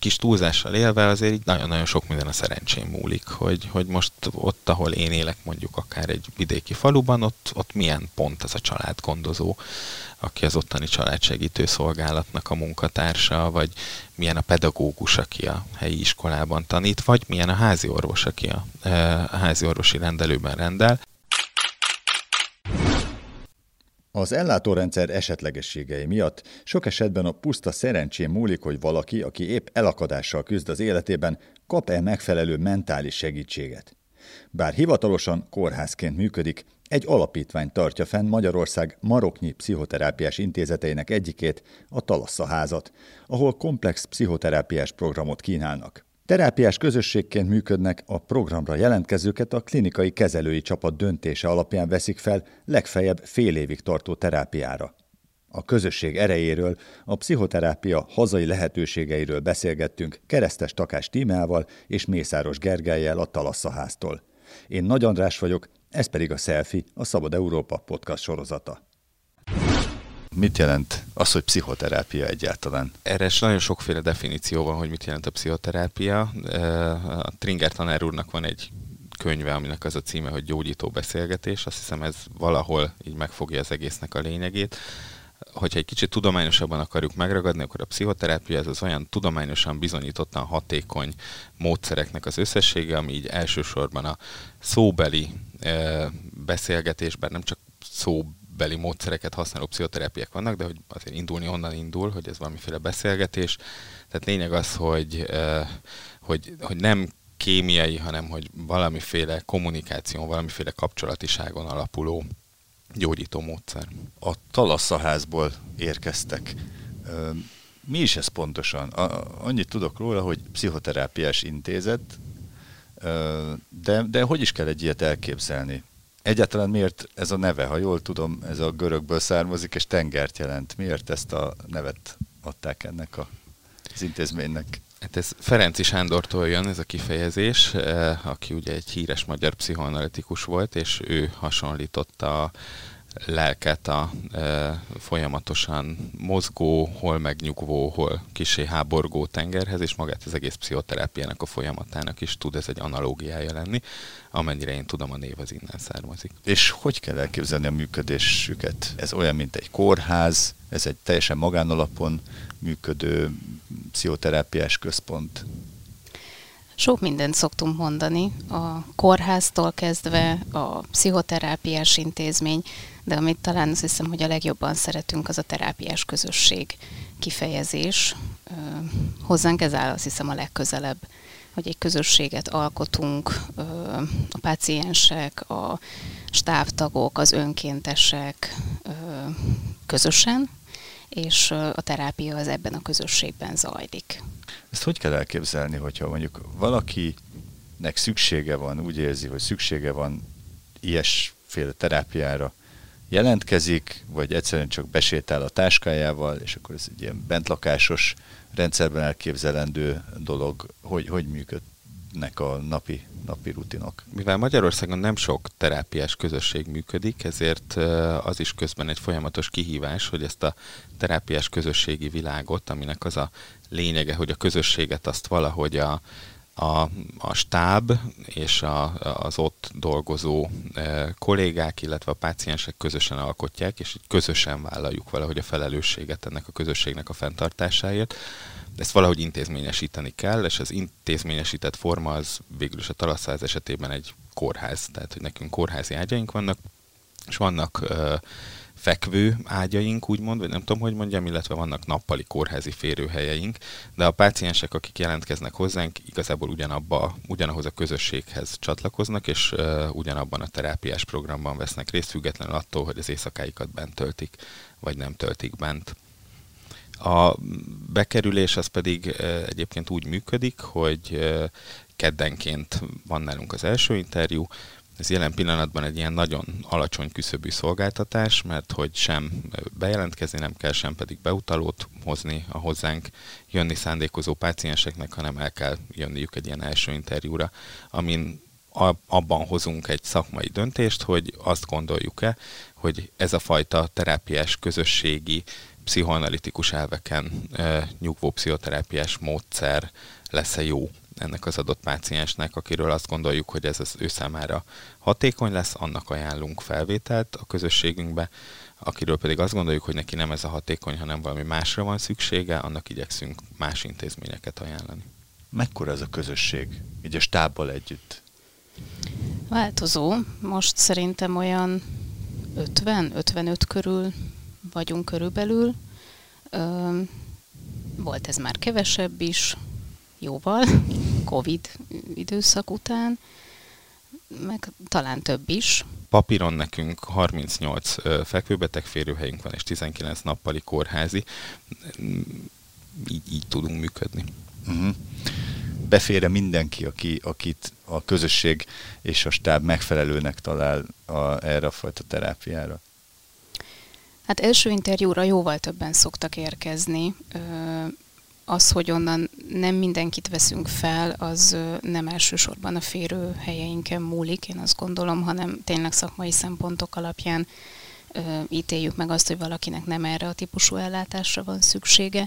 kis túlzással élve azért így nagyon-nagyon sok minden a szerencsén múlik, hogy most ott, ahol én élek, mondjuk akár egy vidéki faluban, ott milyen pont az a családgondozó, aki az ottani családsegítő szolgálatnak a munkatársa, vagy milyen a pedagógus, aki a helyi iskolában tanít, vagy milyen a háziorvos, aki a háziorvosi rendelőben rendel. Az ellátórendszer esetlegességei miatt sok esetben a puszta szerencsén múlik, hogy valaki, aki épp elakadással küzd az életében, kap-e megfelelő mentális segítséget. Bár hivatalosan kórházként működik, egy alapítvány tartja fenn Magyarország maroknyi pszichoterápiás intézeteinek egyikét, a Thalasza házat, ahol komplex pszichoterápiás programot kínálnak. Terápiás közösségként működnek, a programra jelentkezőket a klinikai kezelői csapat döntése alapján veszik fel legfeljebb fél évig tartó terápiára. A közösség erejéről, a pszichoterápia hazai lehetőségeiről beszélgettünk Keresztes Takás Tímeával és Mészáros Gergellyel a Thalasza háztól. Én Nagy András vagyok, ez pedig a Selfie, a Szabad Európa podcast sorozata. Mit jelent az, hogy pszichoterápia egyáltalán? Erre nagyon sokféle definíció van, hogy mit jelent a pszichoterápia. A Tringer tanár úrnak van egy könyve, aminek az a címe, hogy Gyógyító beszélgetés. Azt hiszem, ez valahol így megfogja az egésznek a lényegét. Hogyha egy kicsit tudományosabban akarjuk megragadni, akkor a pszichoterápia ez az olyan tudományosan bizonyítottan hatékony módszereknek az összessége, ami így elsősorban a szóbeli beszélgetésben nem csak szóbeli módszereket használó pszichoterápiák vannak, de hogy azért indulni onnan indul, hogy ez valamiféle beszélgetés. Tehát lényeg az, hogy nem kémiai, hanem hogy valamiféle kommunikáción, valamiféle kapcsolatiságon alapuló gyógyító módszer. A Thalasza házból érkeztek. Mi is ez pontosan? Annyit tudok róla, hogy pszichoterápiás intézet, de hogy is kell egy ilyet elképzelni? Egyáltalán miért ez a neve? Ha jól tudom, ez a görögből származik, és tengert jelent. Miért ezt a nevet adták ennek az intézménynek? Hát ez Ferenczy Sándortól jön ez a kifejezés, aki ugye egy híres magyar pszichoanalitikus volt, és ő hasonlította a lelket a folyamatosan mozgó, hol megnyugvó, hol kissé háborgó tengerhez, és magát az egész pszichoterápiának a folyamatának is tud ez egy analógiája lenni, amennyire én tudom, a név az innen származik. És hogy kell elképzelni a működésüket? Ez olyan, mint egy kórház, ez egy teljesen magánalapon működő pszichoterápiás központ? Sok mindent szoktunk mondani, a kórháztól kezdve a pszichoterápiás intézmény, de amit talán azt hiszem, hogy a legjobban szeretünk, az a terápiás közösség kifejezés. Hozzánk ez áll, azt hiszem, a legközelebb, hogy egy közösséget alkotunk, a páciensek, a stábtagok, az önkéntesek közösen, és a terápia az ebben a közösségben zajlik. Ezt hogy kell elképzelni, hogyha mondjuk valakinek szüksége van, úgy érzi, hogy szüksége van ilyesféle terápiára, jelentkezik, vagy egyszerűen csak besétál a táskájával, és akkor ez egy ilyen bentlakásos rendszerben elképzelendő dolog, hogy működnek a napi rutinok. Mivel Magyarországon nem sok terápiás közösség működik, ezért az is közben egy folyamatos kihívás, hogy ezt a terápiás közösségi világot, aminek az a lényege, hogy a közösséget azt valahogy a stáb és az ott dolgozó kollégák, illetve a páciensek közösen alkotják, és így közösen vállaljuk valahogy a felelősséget ennek a közösségnek a fenntartásáért. Ezt valahogy intézményesíteni kell, és az intézményesített forma az végül is a Thalasza ház esetében egy kórház. Tehát, hogy nekünk kórházi ágyaink vannak, és vannak fekvő ágyaink, úgymond, vagy nem tudom, hogy mondjam, illetve vannak nappali kórházi férőhelyeink, de a páciensek, akik jelentkeznek hozzánk, igazából ugyanahoz a közösséghez csatlakoznak, és ugyanabban a terápiás programban vesznek részt, függetlenül attól, hogy az éjszakáikat bent töltik, vagy nem töltik bent. A bekerülés az pedig egyébként úgy működik, hogy keddenként van nálunk az első interjú. Ez jelen pillanatban egy ilyen nagyon alacsony küszöbű szolgáltatás, mert hogy sem bejelentkezni nem kell, sem pedig beutalót hozni a hozzánk jönni szándékozó pácienseknek, hanem el kell jönniük egy ilyen első interjúra, amin abban hozunk egy szakmai döntést, hogy azt gondoljuk-e, hogy ez a fajta terápiás közösségi pszichoanalitikus elveken nyugvó pszichoterápiás módszer lesz-e jó ennek az adott páciensnek, akiről azt gondoljuk, hogy ez az ő számára hatékony lesz, annak ajánlunk felvételt a közösségünkbe, akiről pedig azt gondoljuk, hogy neki nem ez a hatékony, hanem valami másra van szüksége, annak igyekszünk más intézményeket ajánlani. Mekkora ez a közösség, így a stábbal együtt? Változó. Most szerintem olyan 50-55 körül vagyunk körülbelül. Volt ez már kevesebb is, jóval, Covid időszak után, meg talán több is. Papíron nekünk 38 fekvőbeteg férőhelyünk van, és 19 nappali kórházi. Így tudunk működni. Uh-huh. Befér mindenki, akit a közösség és a stáb megfelelőnek talál erre a fajta terápiára? Hát első interjúra jóval többen szoktak érkezni. Az, hogy onnan nem mindenkit veszünk fel, az nem elsősorban a férőhelyeinken múlik, én azt gondolom, hanem tényleg szakmai szempontok alapján ítéljük meg azt, hogy valakinek nem erre a típusú ellátásra van szüksége.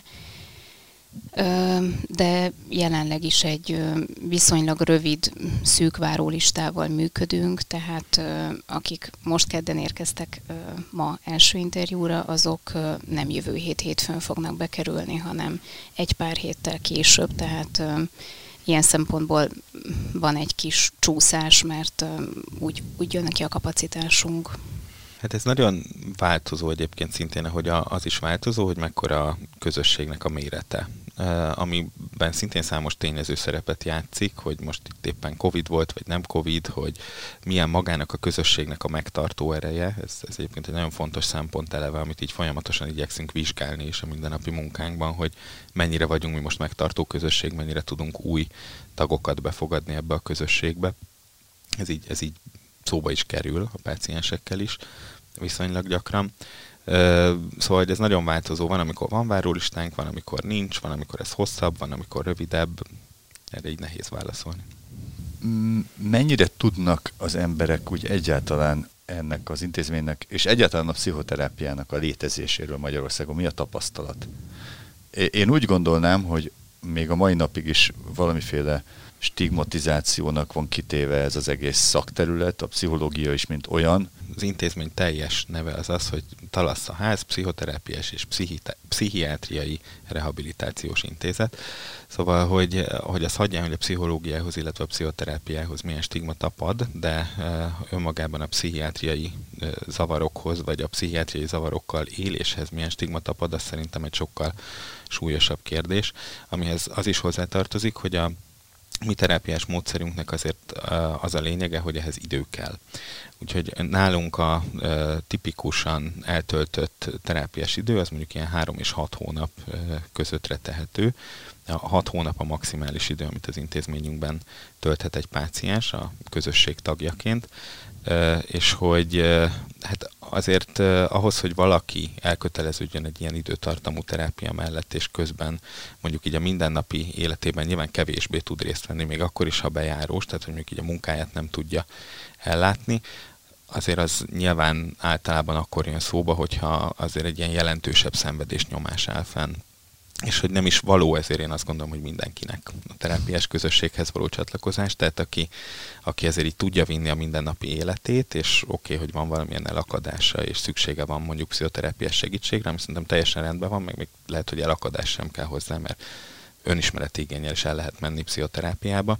De jelenleg is egy viszonylag rövid, szűk várólistával működünk, tehát akik most kedden érkeztek ma első interjúra, azok nem jövő hétfőn fognak bekerülni, hanem egy pár héttel később, tehát ilyen szempontból van egy kis csúszás, mert úgy jön ki a kapacitásunk. Hát ez nagyon változó egyébként szintén, ahogy az is változó, hogy mekkora a közösségnek a mérete. Amiben szintén számos tényező szerepet játszik, hogy most itt éppen Covid volt, vagy nem Covid, hogy milyen magának a közösségnek a megtartó ereje. Ez egyébként egy nagyon fontos szempont eleve, amit így folyamatosan igyekszünk vizsgálni is a mindennapi munkánkban, hogy mennyire vagyunk mi most megtartó közösség, mennyire tudunk új tagokat befogadni ebbe a közösségbe. Ez így szóba is kerül a páciensekkel is viszonylag gyakran. Szóval ez nagyon változó. Van, amikor van várólistánk, van, amikor nincs, van, amikor ez hosszabb, van, amikor rövidebb. Erre így nehéz válaszolni. Mennyire tudnak az emberek úgy egyáltalán ennek az intézménynek, és egyáltalán a pszichoterápiának a létezéséről Magyarországon? Mi a tapasztalat? Én úgy gondolnám, hogy még a mai napig is valamiféle stigmatizációnak van kitéve ez az egész szakterület, a pszichológia is, mint olyan. Az intézmény teljes neve az, hogy Thalassaház Pszichoterápiás és Pszichiátriai Rehabilitációs Intézet. Szóval, hogy az hagyján, hogy a pszichológiához, illetve a pszichoterápiához milyen stigma tapad, de önmagában a pszichiátriai zavarokhoz, vagy a pszichiátriai zavarokkal éléshez milyen stigma tapad, az szerintem egy sokkal súlyosabb kérdés, amihez az is hozzátartozik, hogy a mi terápiás módszerünknek azért az a lényege, hogy ehhez idő kell. Úgyhogy nálunk a tipikusan eltöltött terápiás idő, az mondjuk ilyen 3 és 6 hónap közöttre tehető. A 6 hónap a maximális idő, amit az intézményünkben tölthet egy páciens a közösség tagjaként, és hogy hát azért ahhoz, hogy valaki elköteleződjön egy ilyen időtartamú terápia mellett, és közben mondjuk így a mindennapi életében nyilván kevésbé tud részt venni, még akkor is, ha bejárós, tehát hogy mondjuk így a munkáját nem tudja ellátni, azért az nyilván általában akkor jön szóba, hogyha azért egy ilyen jelentősebb szenvedésnyomás áll fenn. És hogy nem is való, ezért én azt gondolom, hogy mindenkinek a terápiás közösséghez való csatlakozás, tehát aki ezért így tudja vinni a mindennapi életét, és oké, hogy van valamilyen elakadása, és szüksége van mondjuk pszichoterápiás segítségre, ami szerintem teljesen rendben van, meg még lehet, hogy elakadás sem kell hozzá, mert önismereti igénnyel is el lehet menni pszichoterápiába.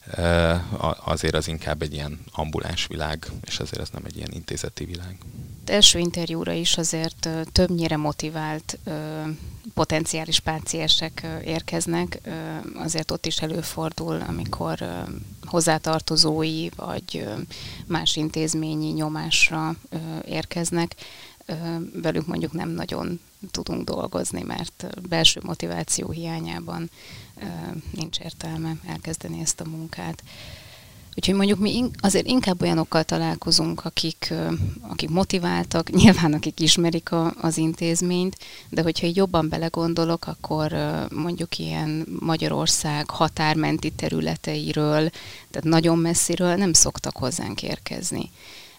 Azért az inkább egy ilyen ambuláns világ, és azért az nem egy ilyen intézeti világ. Első interjúra is azért többnyire motivált potenciális páciensek érkeznek, azért ott is előfordul, amikor hozzátartozói vagy más intézményi nyomásra érkeznek, velük mondjuk nem nagyon tudunk dolgozni, mert belső motiváció hiányában nincs értelme elkezdeni ezt a munkát. Úgyhogy mondjuk mi azért inkább olyanokkal találkozunk, akik motiváltak, nyilván akik ismerik az intézményt, de hogyha így jobban belegondolok, akkor mondjuk ilyen Magyarország határmenti területeiről, tehát nagyon messziről nem szoktak hozzánk érkezni.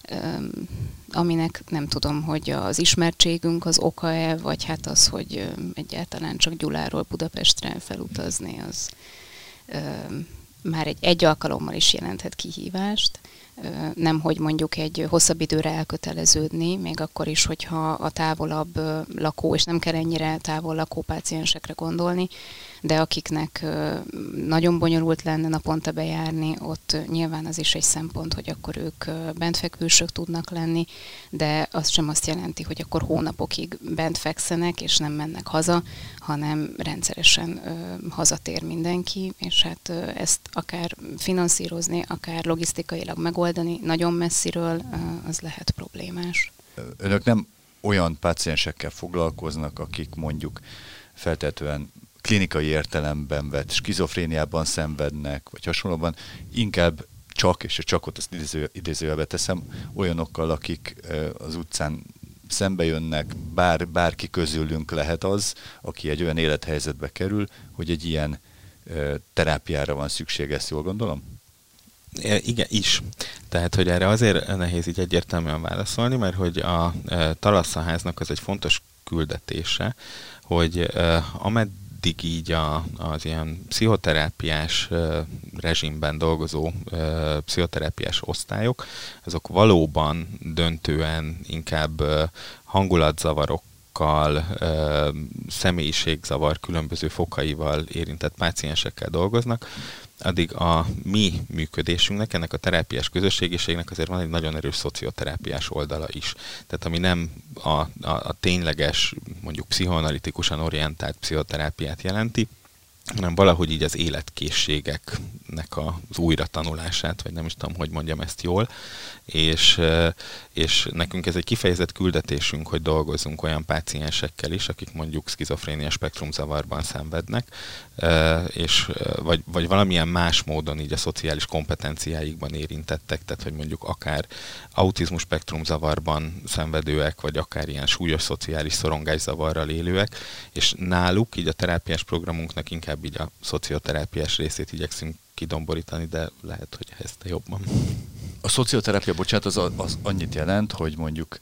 aminek nem tudom, hogy az ismertségünk az oka-e, vagy hát az, hogy egyáltalán csak Gyuláról Budapestre felutazni, az már egy alkalommal is jelenthet kihívást. Nem, hogy mondjuk egy hosszabb időre elköteleződni, még akkor is, hogyha a távolabb lakó, és nem kell ennyire távol lakó páciensekre gondolni, de akiknek nagyon bonyolult lenne naponta bejárni, ott nyilván az is egy szempont, hogy akkor ők bentfekvősök tudnak lenni, de az sem azt jelenti, hogy akkor hónapokig bent fekszenek, és nem mennek haza, hanem rendszeresen hazatér mindenki, és hát ezt akár finanszírozni, akár logisztikailag megoldani nagyon messziről, az lehet problémás. Önök nem olyan páciensekkel foglalkoznak, akik mondjuk feltetően klinikai értelemben vett skizofréniában szenvednek, vagy hasonlóban, inkább csak, és a csakot azt idézőjelbe teszem, olyanokkal, akik az utcán szembe jönnek, bárki közülünk lehet az, aki egy olyan élethelyzetbe kerül, hogy egy ilyen terápiára van szükség, ezt jól gondolom? Igen, is. Tehát, hogy erre azért nehéz így egyértelműen válaszolni, mert hogy a Talasszaháznak az egy fontos küldetése, hogy ameddig így az ilyen pszichoterápiás rezsimben dolgozó pszichoterápiás osztályok, azok valóban döntően inkább hangulatzavarokkal, személyiségzavar különböző fokaival érintett páciensekkel dolgoznak, addig a mi működésünknek, ennek a terápiás közösségiségnek azért van egy nagyon erős szocioterápiás oldala is. Tehát ami nem a tényleges, mondjuk pszichoanalitikusan orientált pszichoterápiát jelenti, hanem valahogy így az életkészségeknek az újratanulását, vagy nem is tudom, hogy mondjam ezt jól, és nekünk ez egy kifejezett küldetésünk, hogy dolgozzunk olyan páciensekkel is, akik mondjuk szkizofrénia spektrumzavarban szenvednek, vagy valamilyen más módon így a szociális kompetenciáikban érintettek, tehát hogy mondjuk akár autizmus spektrumzavarban szenvedőek, vagy akár ilyen súlyos szociális szorongászavarral élőek, és náluk így a terápiás programunknak inkább így a szocioterápiás részét igyekszünk kidomborítani, de lehet, hogy ehhez te jobban. A szocioterápia, bocsánat, az annyit jelent, hogy mondjuk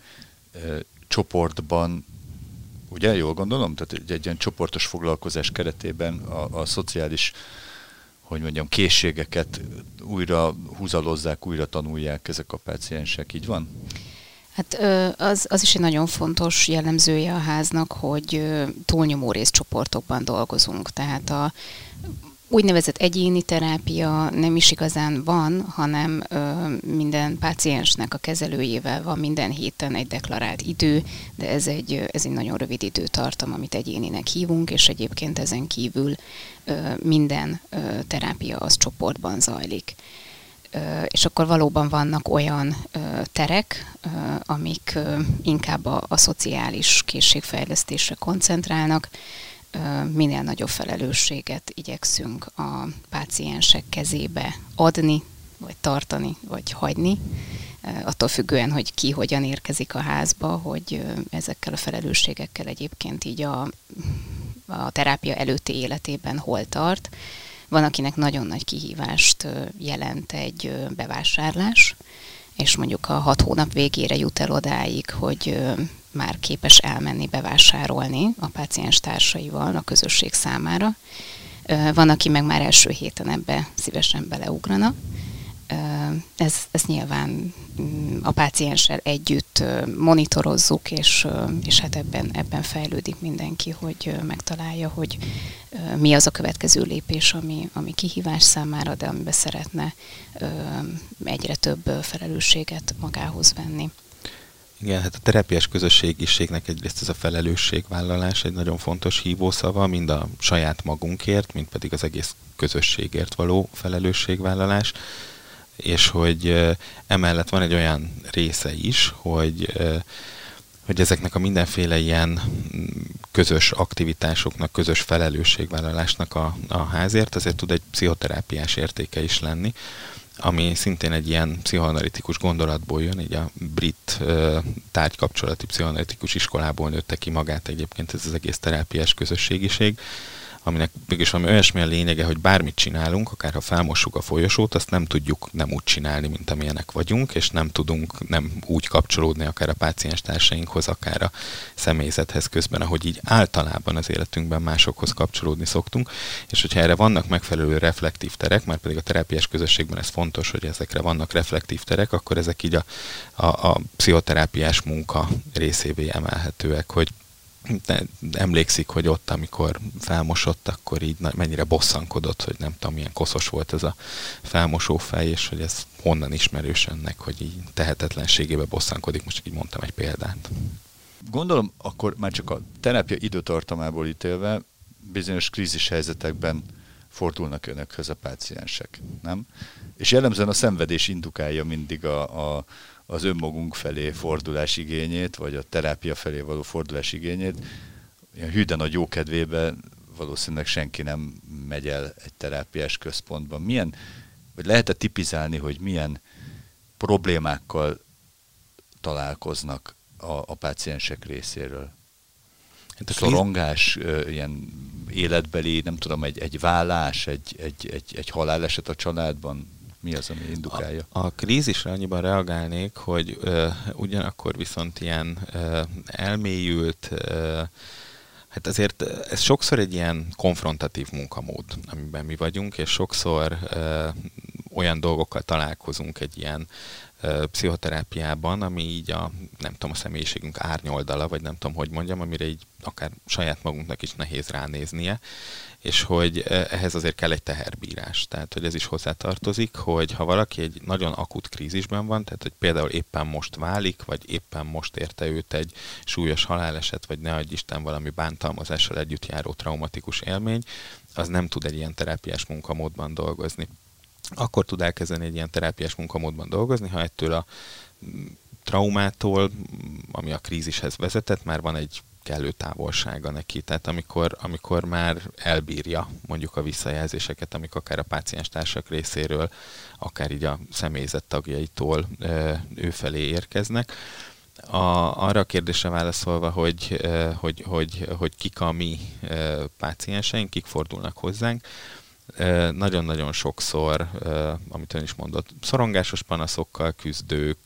csoportban, ugye, jól gondolom? Tehát egy ilyen csoportos foglalkozás keretében a szociális, hogy mondjam, készségeket újra húzalozzák, újra tanulják ezek a páciensek, így van? Hát az is egy nagyon fontos jellemzője a háznak, hogy túlnyomó részcsoportokban dolgozunk, tehát a úgynevezett egyéni terápia nem is igazán van, hanem minden páciensnek a kezelőjével van minden héten egy deklarált idő, de ez egy nagyon rövid időtartam, amit egyéninek hívunk, és egyébként ezen kívül minden terápia az csoportban zajlik. És akkor valóban vannak olyan terek, amik inkább a szociális készségfejlesztésre koncentrálnak, minél nagyobb felelősséget igyekszünk a páciensek kezébe adni, vagy tartani, vagy hagyni, attól függően, hogy ki hogyan érkezik a házba, hogy ezekkel a felelősségekkel egyébként így a terápia előtti életében hol tart. Van, akinek nagyon nagy kihívást jelent egy bevásárlás, és mondjuk a 6 hónap végére jut el odáig, hogy már képes elmenni bevásárolni a páciens társaival a közösség számára. Van, aki meg már első héten ebbe szívesen beleugrana. Ez nyilván a pácienssel együtt monitorozzuk, és hát ebben fejlődik mindenki, hogy megtalálja, hogy mi az a következő lépés, ami kihívás számára, de amiben szeretne egyre több felelősséget magához venni. Igen, hát a terápiás közösségiségnek egyrészt ez a felelősségvállalás egy nagyon fontos hívószava, mind a saját magunkért, mind pedig az egész közösségért való felelősségvállalás, és hogy emellett van egy olyan része is, hogy ezeknek a mindenféle ilyen közös aktivitásoknak, közös felelősségvállalásnak a házért azért tud egy pszichoterápiás értéke is lenni, ami szintén egy ilyen pszichoanalitikus gondolatból jön, így a brit tárgykapcsolati pszichoanalitikus iskolából nőtte ki magát egyébként ez az egész terápiás közösségiség, aminek mégis valami olyasmi a lényege, hogy bármit csinálunk, akár ha felmossuk a folyosót, azt nem tudjuk nem úgy csinálni, mint amilyenek vagyunk, és nem tudunk nem úgy kapcsolódni akár a páciens társainkhoz, akár a személyzethez közben, ahogy így általában az életünkben másokhoz kapcsolódni szoktunk, és hogyha erre vannak megfelelő reflektív terek, már pedig a terápiás közösségben ez fontos, hogy ezekre vannak reflektív terek, akkor ezek így a pszichoterápiás munka részévé emelhetőek, hogy emlékszik, hogy ott, amikor felmosott, akkor így mennyire bosszankodott, hogy nem tudom, milyen koszos volt ez a felmosófej, és hogy ez honnan ismerős önnek, hogy így tehetetlenségébe bosszankodik. Most így mondtam egy példát. Gondolom, akkor már csak a terápia időtartamából ítélve bizonyos krízis helyzetekben fordulnak önökhöz a páciensek, nem? És jellemzően a szenvedés indukálja mindig az önmagunk felé fordulás igényét, vagy a terápia felé való fordulás igényét. Ilyen hűden a jókedvébe valószínűleg senki nem megy el egy terápiás központban. Vagy lehet-e tipizálni, hogy milyen problémákkal találkoznak a páciensek részéről? Szorongás, ilyen életbeli, nem tudom, egy vállás, egy haláleset a családban? Mi az, ami indukálja? A krízisre annyiban reagálnék, hogy ugyanakkor viszont ilyen elmélyült, hát azért ez sokszor egy ilyen konfrontatív munkamód, amiben mi vagyunk, és sokszor olyan dolgokkal találkozunk egy ilyen pszichoterápiában, ami így nem tudom, a személyiségünk árnyoldala, vagy nem tudom, hogy mondjam, amire így akár saját magunknak is nehéz ránéznie, és hogy ehhez azért kell egy teherbírás. Tehát, hogy ez is hozzátartozik, hogy ha valaki egy nagyon akut krízisben van, tehát, hogy például éppen most válik, vagy éppen most érte őt egy súlyos haláleset, vagy ne adj Isten valami bántalmazással együtt járó traumatikus élmény, az nem tud egy ilyen terápiás munkamódban dolgozni. Akkor tud elkezdeni egy ilyen terápiás munkamódban dolgozni, ha ettől a traumától, ami a krízishez vezetett, már van egy kellő távolsága neki. Tehát amikor már elbírja mondjuk a visszajelzéseket, amik akár a páciens társak részéről, akár így a személyzet tagjaitól ő felé érkeznek. Arra a kérdésre válaszolva, hogy kik a mi pácienseink, kik fordulnak hozzánk, nagyon-nagyon sokszor, amit ön is mondott, szorongásos panaszokkal küzdők,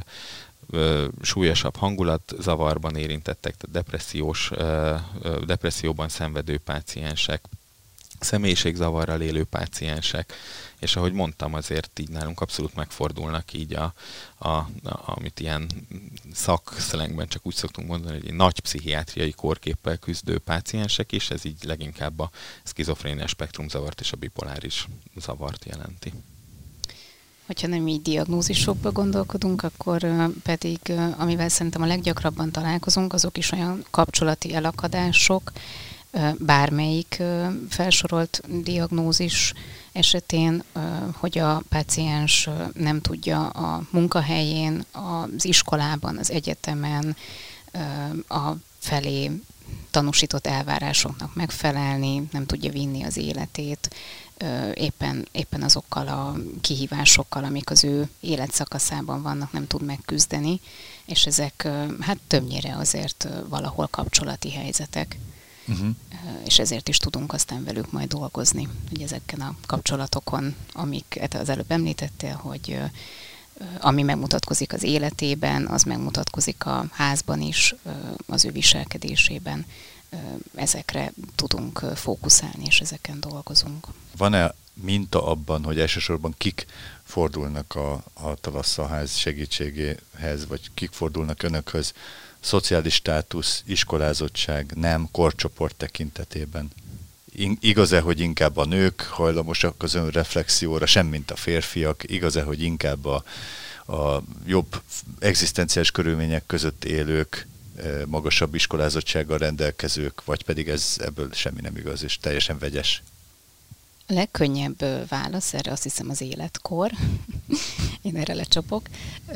súlyosabb hangulatzavarban érintettek, tehát depresszióban szenvedő páciensek, személyiségzavarral élő páciensek, és ahogy mondtam, azért így nálunk abszolút megfordulnak így amit ilyen szakszlengben csak úgy szoktunk mondani, hogy egy nagy pszichiátriai kórképpel küzdő páciensek is, ez így leginkább a szkizofrénia spektrumzavart és a bipoláris zavart jelenti. Hogyha nem így diagnózisokba gondolkodunk, akkor pedig, amivel szerintem a leggyakrabban találkozunk, azok is olyan kapcsolati elakadások, bármelyik felsorolt diagnózis esetén, hogy a páciens nem tudja a munkahelyén, az iskolában, az egyetemen a felé tanúsított elvárásoknak megfelelni, nem tudja vinni az életét, éppen azokkal a kihívásokkal, amik az ő életszakaszában vannak, nem tud megküzdeni, és ezek hát többnyire azért valahol kapcsolati helyzetek. És ezért is tudunk aztán velük majd dolgozni, hogy ezeken a kapcsolatokon, amiket az előbb említettél, hogy ami megmutatkozik az életében, az megmutatkozik a házban is, az ő viselkedésében. Ezekre tudunk fókuszálni, és ezeken dolgozunk. Van-e minta abban, hogy elsősorban kik fordulnak a tavasszalház segítségéhez, vagy kik fordulnak önökhöz szociális státusz, iskolázottság, nem, korcsoport tekintetében? Igaz-e, hogy inkább a nők hajlamosak az önreflexióra, semmint a férfiak? Igaz-e, hogy inkább a jobb egzisztenciális körülmények között élők, magasabb iskolázottsággal rendelkezők, vagy pedig ebből semmi nem igaz, és teljesen vegyes? A legkönnyebb válasz erre azt hiszem az életkor. Én erre lecsapok.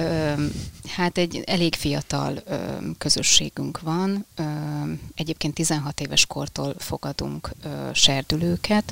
Hát egy elég fiatal közösségünk van. Egyébként 16 éves kortól fogadunk serdülőket,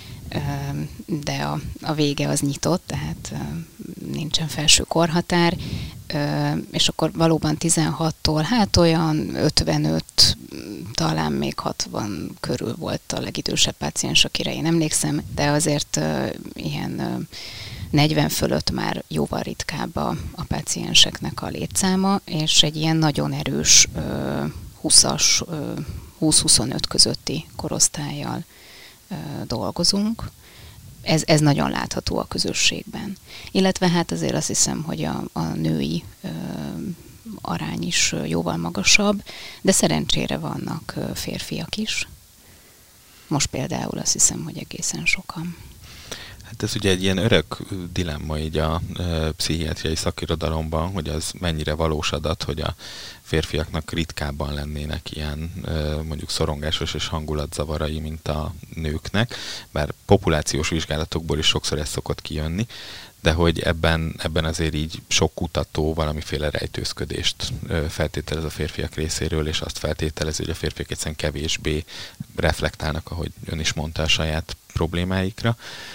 de a vége az nyitott, tehát nincsen felső korhatár, és akkor valóban 16-tól, hát olyan 55 talán még 60 körül volt a legidősebb páciens, akire én emlékszem, de azért ilyen 40 fölött már jóval ritkább a pácienseknek a létszáma, és egy ilyen nagyon erős 20-as, 20-25 közötti korosztállyal dolgozunk. Ez nagyon látható a közösségben. Illetve hát azért azt hiszem, hogy a női arány is jóval magasabb, de szerencsére vannak férfiak is. Most például azt hiszem, hogy egészen sokan. Hát ez ugye egy ilyen örök dilemma így a pszichiátriai szakirodalomban, hogy az mennyire valós adat, hogy a férfiaknak ritkábban lennének ilyen mondjuk szorongásos és hangulatzavarai, mint a nőknek, bár populációs vizsgálatokból is sokszor ez szokott kijönni, de hogy ebben azért így sok kutató valamiféle rejtőzködést feltételez a férfiak részéről, és azt feltételezi, hogy a férfiak egyszerűen kevésbé reflektálnak, ahogy ön is mondta, a saját problémáikra.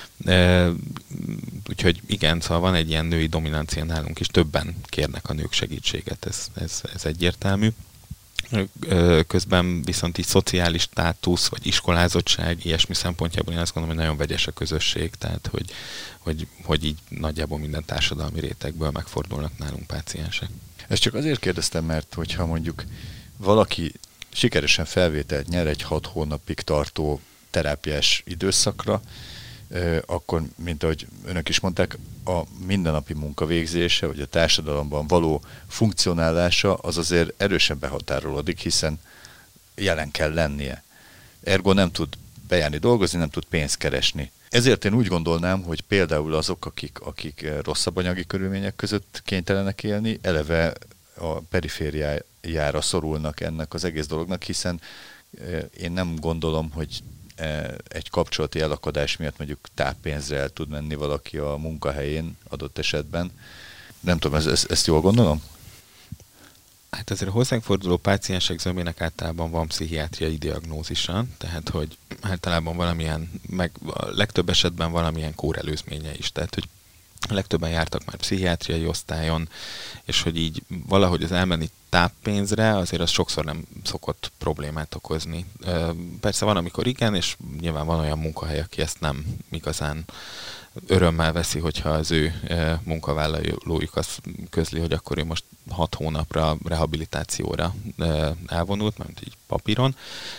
Úgyhogy igen, szóval van egy ilyen női dominancia nálunk is, többen kérnek a nők segítséget, ez egyértelmű. Közben viszont így szociális státusz, vagy iskolázottság, ilyesmi szempontjából én azt gondolom, hogy nagyon vegyes a közösség, tehát hogy így nagyjából minden társadalmi rétegből megfordulnak nálunk páciensek. Ezt csak azért kérdeztem, mert hogyha mondjuk valaki sikeresen felvételt nyer egy 6 hónapig tartó terápiás időszakra, akkor, mint ahogy önök is mondták, a mindennapi munkavégzése, vagy a társadalomban való funkcionálása az azért erősen behatárolódik, hiszen jelen kell lennie. Ergo nem tud bejárni dolgozni, nem tud pénzt keresni. Ezért én úgy gondolnám, hogy például azok, akik rosszabb anyagi körülmények között kénytelenek élni, eleve a perifériájára szorulnak ennek az egész dolognak, hiszen én nem gondolom, hogy egy kapcsolati elakadás miatt mondjuk táppénzre el tud menni valaki a munkahelyén adott esetben. Nem tudom, ezt jól gondolom? Hát azért a hozzánk forduló páciensek zömének általában van pszichiátriai diagnózisa, tehát hogy általában valamilyen, meg a legtöbb esetben valamilyen kórelőzménye is, tehát hogy legtöbben jártak már pszichiátriai osztályon, és hogy így valahogy az elmenni táppénzre azért az sokszor nem szokott problémát okozni. Persze van, amikor igen, és nyilván van olyan munkahely, aki ezt nem igazán örömmel veszi, hogyha az ő munkavállalójuk azt közli, hogy akkor ő most 6 hónapra rehabilitációra elvonult, mert így papíron.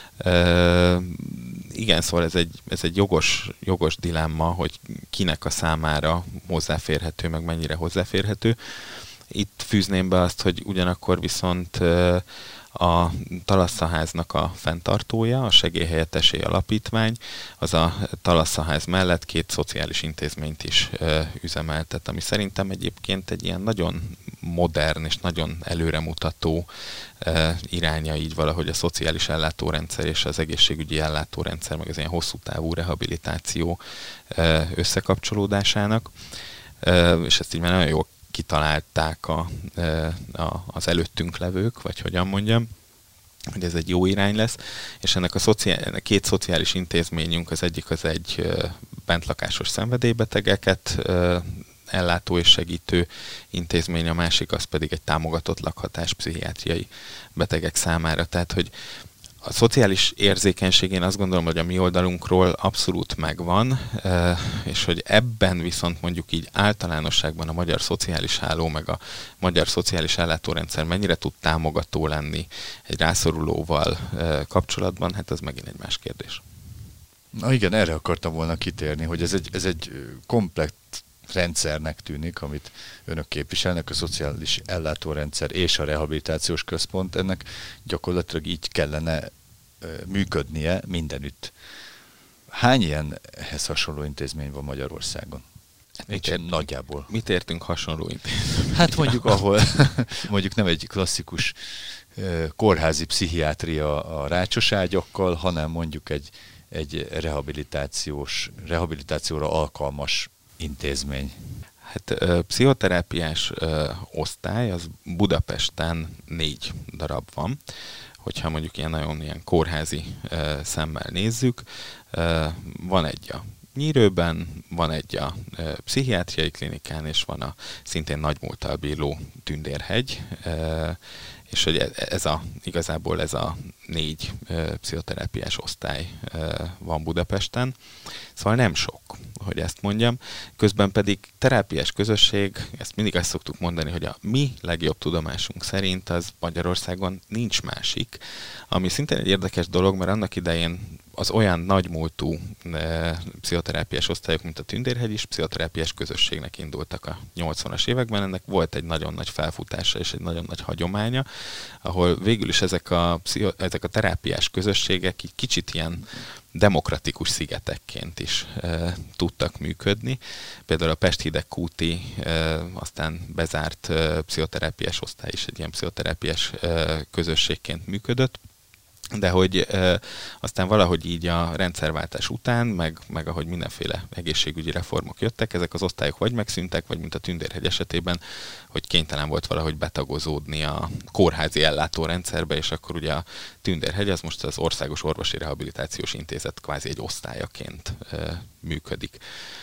Igen, szóval ez egy jogos dilemma, hogy kinek a számára hozzáférhető, meg mennyire hozzáférhető. Itt fűzném be azt, hogy ugyanakkor viszont a Talasszaháznak a fenntartója, a Segélyhelyett Esély Alapítvány, az a Talasszaház mellett 2 szociális intézményt is üzemeltet, ami szerintem egyébként egy ilyen nagyon modern és nagyon előremutató iránya így valahogy a szociális ellátórendszer és az egészségügyi ellátórendszer, meg az ilyen hosszú távú rehabilitáció összekapcsolódásának, és ezt így már nagyon jól kitalálták az előttünk levők, vagy hogyan mondjam, hogy ez egy jó irány lesz, és ennek a 2 szociális intézményünk, az egyik az egy bentlakásos szenvedélybetegeket ellátó és segítő intézmény, a másik az pedig egy támogatott lakhatás pszichiátriai betegek számára. Tehát, hogy a szociális érzékenység, én azt gondolom, hogy a mi oldalunkról abszolút megvan, és hogy ebben viszont mondjuk így általánosságban a magyar szociális háló, meg a magyar szociális ellátórendszer mennyire tud támogató lenni egy rászorulóval kapcsolatban, hát az megint egy más kérdés. Na igen, erre akartam volna kitérni, hogy ez egy komplett rendszernek tűnik, amit önök képviselnek, a szociális ellátórendszer és a rehabilitációs központ, ennek gyakorlatilag így kellene működnie mindenütt. Hány ilyen ehhez hasonló intézmény van Magyarországon? Nagyjából. Mit értünk hasonló intézmény? Hát mondjuk, ahol mondjuk nem egy klasszikus kórházi pszichiátria a rácsos ágyakkal, hanem mondjuk egy rehabilitációra alkalmas intézmény. Hát pszichoterápiás osztály, az Budapesten 4 darab van, hogyha mondjuk ilyen kórházi szemmel nézzük. Van egy a Nyírőben, van egy a pszichiátriai klinikán, és van a szintén nagy múlttal bíró Tündérhegy, és hogy igazából ez a 4 pszichoterápiás osztály van Budapesten. Szóval nem sok, hogy ezt mondjam. Közben pedig terápiás közösség, ezt mindig azt szoktuk mondani, hogy a mi legjobb tudomásunk szerint az Magyarországon nincs másik, ami szintén egy érdekes dolog, mert annak idején az olyan nagymúltú pszichoterápiás osztályok, mint a Tündérhegy is pszichoterápiás közösségnek indultak a 80-as években. Ennek volt egy nagyon nagy felfutása és egy nagyon nagy hagyománya, ahol végül is ezek a terápiás közösségek így kicsit ilyen demokratikus szigetekként is tudtak működni. Például a Pest-Hidegkúti aztán bezárt pszichoterápiás osztály is egy ilyen pszichoterápiás közösségként működött. De hogy aztán valahogy így a rendszerváltás után, meg ahogy mindenféle egészségügyi reformok jöttek, ezek az osztályok vagy megszűntek, vagy mint a Tündérhegy esetében, hogy kénytelen volt valahogy betagozódni a kórházi ellátórendszerbe, és akkor ugye a Tündérhegy az most az Országos Orvosi Rehabilitációs Intézet kvázi egy osztályaként működik.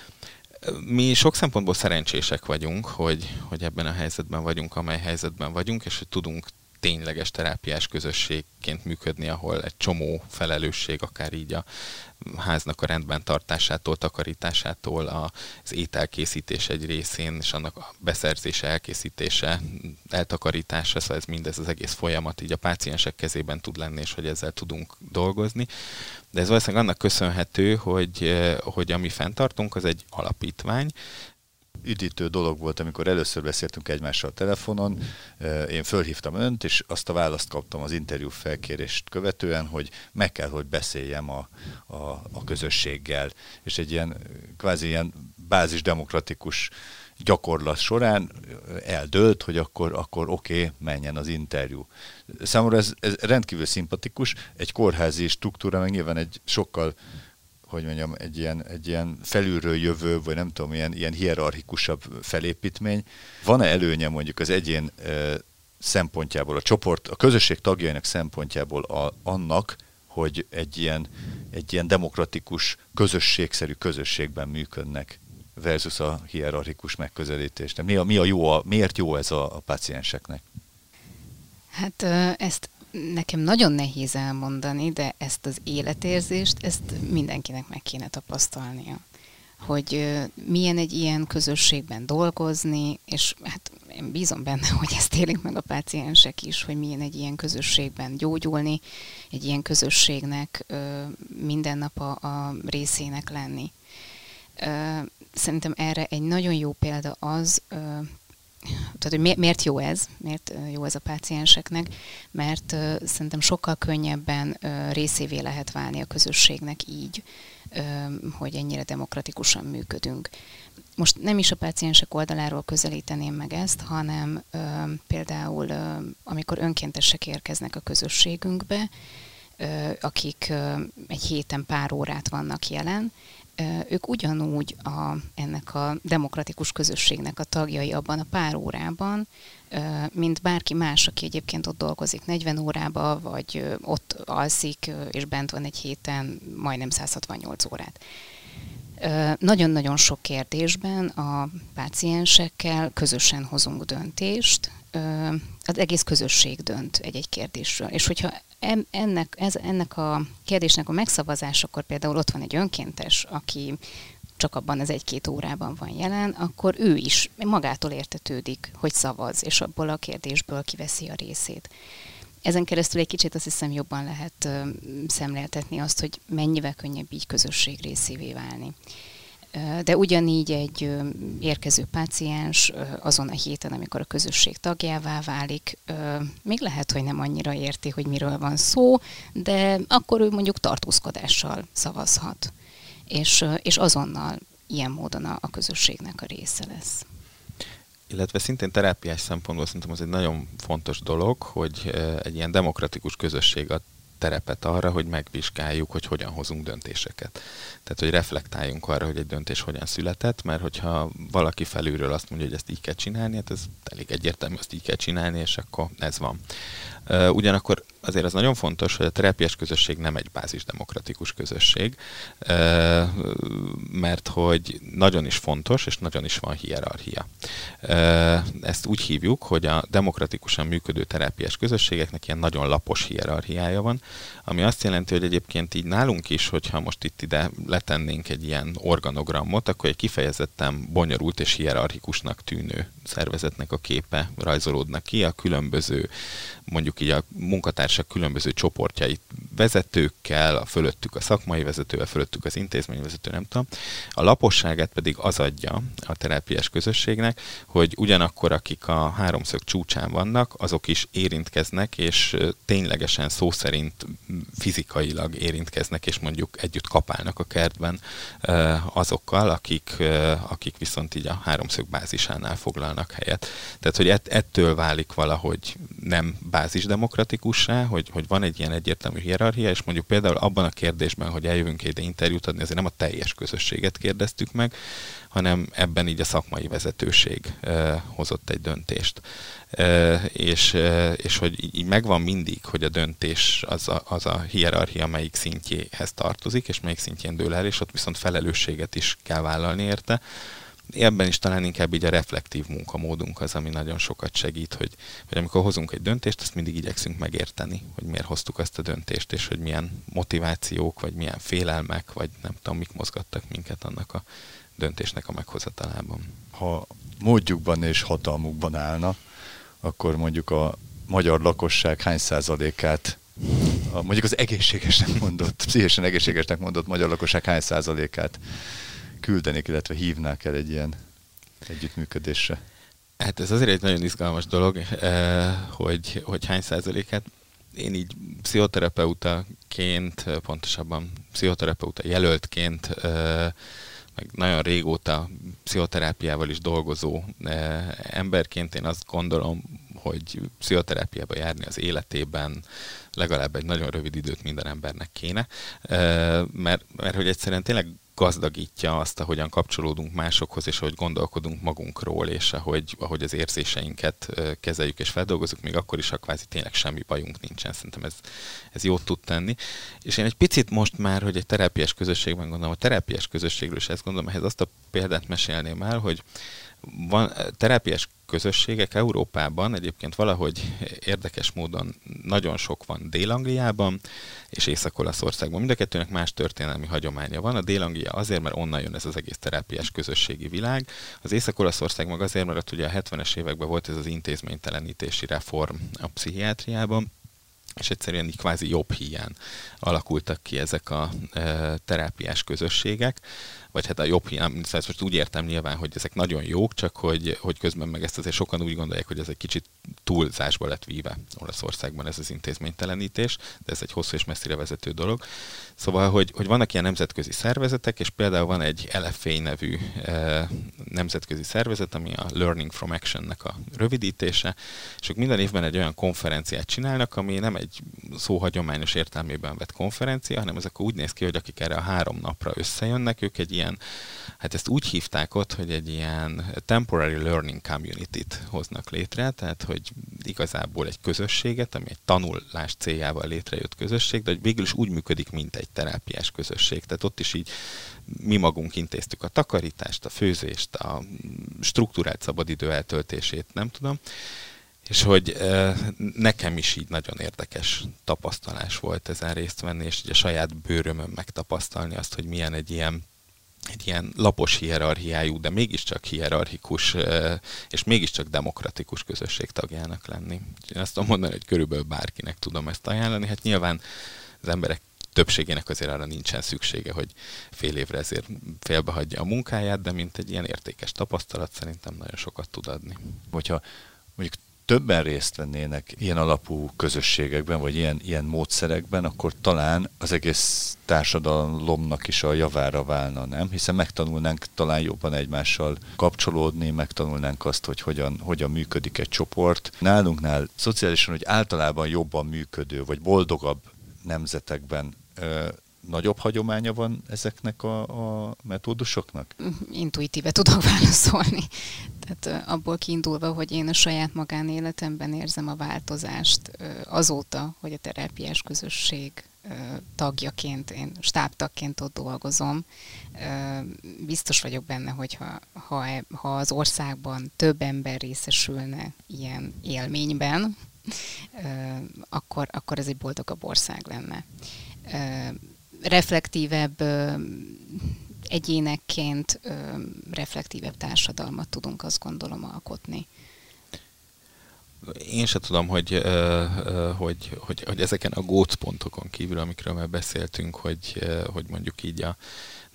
Mi sok szempontból szerencsések vagyunk, hogy ebben a helyzetben vagyunk, amely helyzetben vagyunk, és hogy tudunk tényleges terápiás közösségként működni, ahol egy csomó felelősség, akár így a háznak a rendben tartásától, takarításától, az ételkészítés egy részén, és annak a beszerzése, elkészítése, eltakarítása, szóval ez mindez az egész folyamat így a páciensek kezében tud lenni, és hogy ezzel tudunk dolgozni. De ez valószínűleg annak köszönhető, hogy ami fenntartunk, az egy alapítvány. Üdítő dolog volt, amikor először beszéltünk egymással telefonon, én fölhívtam önt, és azt a választ kaptam az interjú felkérést követően, hogy meg kell, hogy beszéljem a közösséggel, és egy ilyen kvázi ilyen bázisdemokratikus gyakorlat során eldőlt, hogy akkor oké, menjen az interjú. Számomra ez rendkívül szimpatikus, egy kórházi struktúra, meg nyilván egy sokkal, hogy mondjam, egy ilyen felülről jövő, vagy nem tudom, ilyen hierarchikusabb felépítmény. Van-e előnye mondjuk az egyén szempontjából, a közösség tagjainak szempontjából annak, hogy egy ilyen demokratikus, közösségszerű közösségben működnek versus a hierarchikus megközelítés? Miért jó ez a pácienseknek? Hát ezt nekem nagyon nehéz elmondani, de ezt az életérzést, ezt mindenkinek meg kéne tapasztalnia. Hogy milyen egy ilyen közösségben dolgozni, és hát én bízom benne, hogy ezt élik meg a páciensek is, hogy milyen egy ilyen közösségben gyógyulni, egy ilyen közösségnek minden nap a részének lenni. Szerintem erre egy nagyon jó példa az, tehát, hogy miért jó ez a pácienseknek, mert szerintem sokkal könnyebben részévé lehet válni a közösségnek így, hogy ennyire demokratikusan működünk. Most nem is a páciensek oldaláról közelíteném meg ezt, hanem például amikor önkéntesek érkeznek a közösségünkbe, akik egy héten pár órát vannak jelen, ők ugyanúgy ennek a demokratikus közösségnek a tagjai abban a pár órában, mint bárki más, aki egyébként ott dolgozik 40 órába, vagy ott alszik, és bent van egy héten majdnem 168 órát. Nagyon-nagyon sok kérdésben a páciensekkel közösen hozunk döntést, az egész közösség dönt egy-egy kérdésről. És hogyha ennek a kérdésnek a megszavazásakor például ott van egy önkéntes, aki csak abban az 1-2 órában van jelen, akkor ő is magától értetődik, hogy szavaz, és abból a kérdésből kiveszi a részét. Ezen keresztül egy kicsit azt hiszem jobban lehet szemléltetni azt, hogy mennyivel könnyebb így közösség részévé válni. De ugyanígy egy érkező páciens azon a héten, amikor a közösség tagjává válik, még lehet, hogy nem annyira érti, hogy miről van szó, de akkor ő mondjuk tartózkodással szavazhat, és azonnal ilyen módon a közösségnek a része lesz. Illetve szintén terápiás szempontból szerintem az egy nagyon fontos dolog, hogy egy ilyen demokratikus közösség ad terepet arra, hogy megvizsgáljuk, hogy hogyan hozunk döntéseket. Tehát, hogy reflektáljunk arra, hogy egy döntés hogyan született, mert hogyha valaki felülről azt mondja, hogy ezt így kell csinálni, hát ez elég egyértelmű, azt így kell csinálni, és akkor ez van. Ugyanakkor azért az nagyon fontos, hogy a terápiás közösség nem egy bázisdemokratikus közösség, mert hogy nagyon is fontos, és nagyon is van hierarchia. Ezt úgy hívjuk, hogy a demokratikusan működő terápiás közösségeknek ilyen nagyon lapos hierarchiája van, ami azt jelenti, hogy egyébként így nálunk is, hogyha most itt ide letennénk egy ilyen organogramot, akkor egy kifejezetten bonyolult és hierarchikusnak tűnő szervezetnek a képe rajzolódnak ki, a különböző, mondjuk így a munkatársak különböző csoportjait vezetőkkel, a fölöttük a szakmai vezetővel, fölöttük az intézményvezető, nem tudom. A laposságát pedig az adja a terápiás közösségnek, hogy ugyanakkor, akik a háromszög csúcsán vannak, azok is érintkeznek, és ténylegesen szó szerint fizikailag érintkeznek, és mondjuk együtt kapálnak a kertben azokkal, akik viszont így a háromszög bázisánál foglalnak helyet. Tehát, hogy ettől válik valahogy nem bázisdemokratikussá, hogy van egy ilyen egyértelmű hierarchia, és mondjuk például abban a kérdésben, hogy eljövünk ide interjút adni, azért nem a teljes közösséget kérdeztük meg, hanem ebben így a szakmai vezetőség hozott egy döntést. És hogy így megvan mindig, hogy a döntés az a hierarchia melyik szintjéhez tartozik, és melyik szintjén dől el, és ott viszont felelősséget is kell vállalni érte. Ebben is talán inkább így a reflektív munkamódunk az, ami nagyon sokat segít, hogy amikor hozunk egy döntést, azt mindig igyekszünk megérteni, hogy miért hoztuk azt a döntést, és hogy milyen motivációk, vagy milyen félelmek, vagy nem tudom, mik mozgattak minket annak a döntésnek a meghozatalában. Ha módjukban és hatalmukban állna, akkor mondjuk a magyar lakosság hány százalékát, mondjuk az egészségesnek mondott, pszichésen egészségesnek mondott magyar lakosság hány százalékát küldenék, illetve hívnák el egy ilyen együttműködésre? Hát ez azért egy nagyon izgalmas dolog, hogy hány százalékát. Én így pszichoterapeutaként, pontosabban pszichoterapeuta jelöltként, meg nagyon régóta pszichoterápiával is dolgozó emberként én azt gondolom, hogy pszichoterápiába járni az életében legalább egy nagyon rövid időt minden embernek kéne, mert hogy egyszerűen tényleg gazdagítja azt, ahogyan kapcsolódunk másokhoz, és ahogy gondolkodunk magunkról, és ahogy az érzéseinket kezeljük és feldolgozunk, még akkor is, ha kvázi tényleg semmi bajunk nincsen. Szerintem ez jót tud tenni. És én egy picit most már, hogy egy terápiás közösségben gondolom, a terápiás közösségről is ezt gondolom, ehhez azt a példát mesélném el, hogy van terápiás közösségek Európában, egyébként valahogy érdekes módon nagyon sok van Dél-Angliában és Észak-Olaszországban. Mind a kettőnek más történelmi hagyománya van. A Dél-Anglia azért, mert onnan jön ez az egész terápiás közösségi világ. Az Észak-Olaszország meg azért, mert ott ugye a 70-es években volt ez az intézménytelenítési reform a pszichiátriában, és egyszerűen így kvázi jobb híján alakultak ki ezek a terápiás közösségek, vagy hát a jobb híján, szóval most úgy értem nyilván, hogy ezek nagyon jók, csak hogy közben meg ezt azért sokan úgy gondolják, hogy ez egy kicsit túlzásba lett víve Olaszországban ez az intézménytelenítés, de ez egy hosszú és messzire vezető dolog. Szóval, hogy vannak ilyen nemzetközi szervezetek, és például van egy LFA nevű nemzetközi szervezet, ami a Learning from Action-nek a rövidítése, és ők minden évben egy olyan konferenciát csinálnak, ami nem egy szóhagyományos értelmében vett konferencia, hanem ez akkor úgy néz ki, hogy akik erre a 3 napra összejönnek, ők egy ilyen, hát ezt úgy hívták ott, hogy egy ilyen temporary learning community-t hoznak létre, tehát hogy igazából egy közösséget, ami egy tanulás céljával létrejött közösség, de hogy végül is úgy működik, mint egy terápiás közösség. Tehát ott is így mi magunk intéztük a takarítást, a főzést, a struktúrált szabadidő eltöltését, nem tudom. És hogy nekem is így nagyon érdekes tapasztalás volt ezen részt venni, és ugye a saját bőrömön megtapasztalni azt, hogy milyen egy ilyen lapos hierarchiájú, de mégiscsak hierarchikus, és mégiscsak demokratikus közösség tagjának lenni. Én azt tudom mondani, hogy körülbelül bárkinek tudom ezt ajánlani. Hát nyilván az emberek többségének azért arra nincsen szüksége, hogy fél évre ezért félbehagyja a munkáját, de mint egy ilyen értékes tapasztalat szerintem nagyon sokat tud adni. Hogyha mondjuk többen részt vennének ilyen alapú közösségekben, vagy ilyen módszerekben, akkor talán az egész társadalomnak is a javára válna, nem? Hiszen megtanulnánk talán jobban egymással kapcsolódni, megtanulnánk azt, hogy hogyan működik egy csoport. Nálunknál szociálisan, hogy általában jobban működő, vagy boldogabb nemzetekben nagyobb hagyománya van ezeknek a metódusoknak? Intuitíve tudok válaszolni. Tehát abból kiindulva, hogy én a saját magánéletemben érzem a változást azóta, hogy a terápiás közösség tagjaként, én stábtagként ott dolgozom. Biztos vagyok benne, hogy ha az országban több ember részesülne ilyen élményben, akkor ez egy boldogabb ország lenne. Reflektívebb egyénekként reflektívebb társadalmat tudunk, azt gondolom, alkotni. Én sem tudom, hogy ezeken a gócpontokon kívül, amikről már beszéltünk, hogy mondjuk így a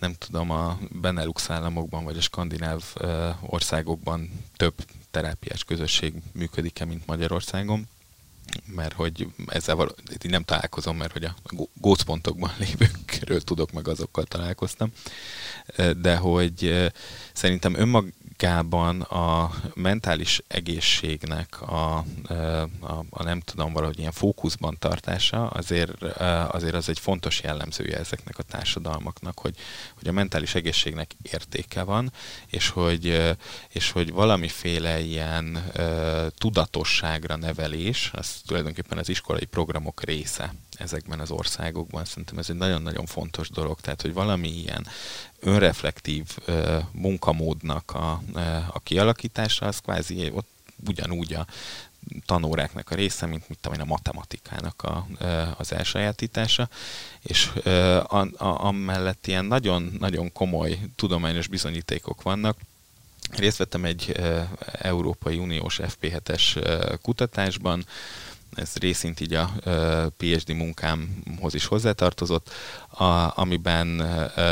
Benelux államokban vagy a skandináv országokban több terápiás közösség működik-e, mint Magyarországon, mert hogy ezzel így nem találkozom, mert hogy a gócpontokban lévőkről tudok, meg azokkal találkoztam, de hogy szerintem önmagában a mentális egészségnek a nem tudom, valahogy ilyen fókuszban tartása azért az egy fontos jellemzője ezeknek a társadalmaknak, hogy a mentális egészségnek értéke van, és hogy valamiféle ilyen tudatosságra nevelés, az tulajdonképpen az iskolai programok része ezekben az országokban. Szerintem ez egy nagyon-nagyon fontos dolog, tehát hogy valami ilyen önreflektív munkamódnak a kialakítása, az kvázi ott ugyanúgy a tanóráknak a része, mint a matematikának az elsajátítása, és amellett ilyen nagyon-nagyon komoly tudományos bizonyítékok vannak. Részt vettem egy Európai Uniós FP7-es kutatásban, ez részint így a PhD munkámhoz is hozzátartozott, amiben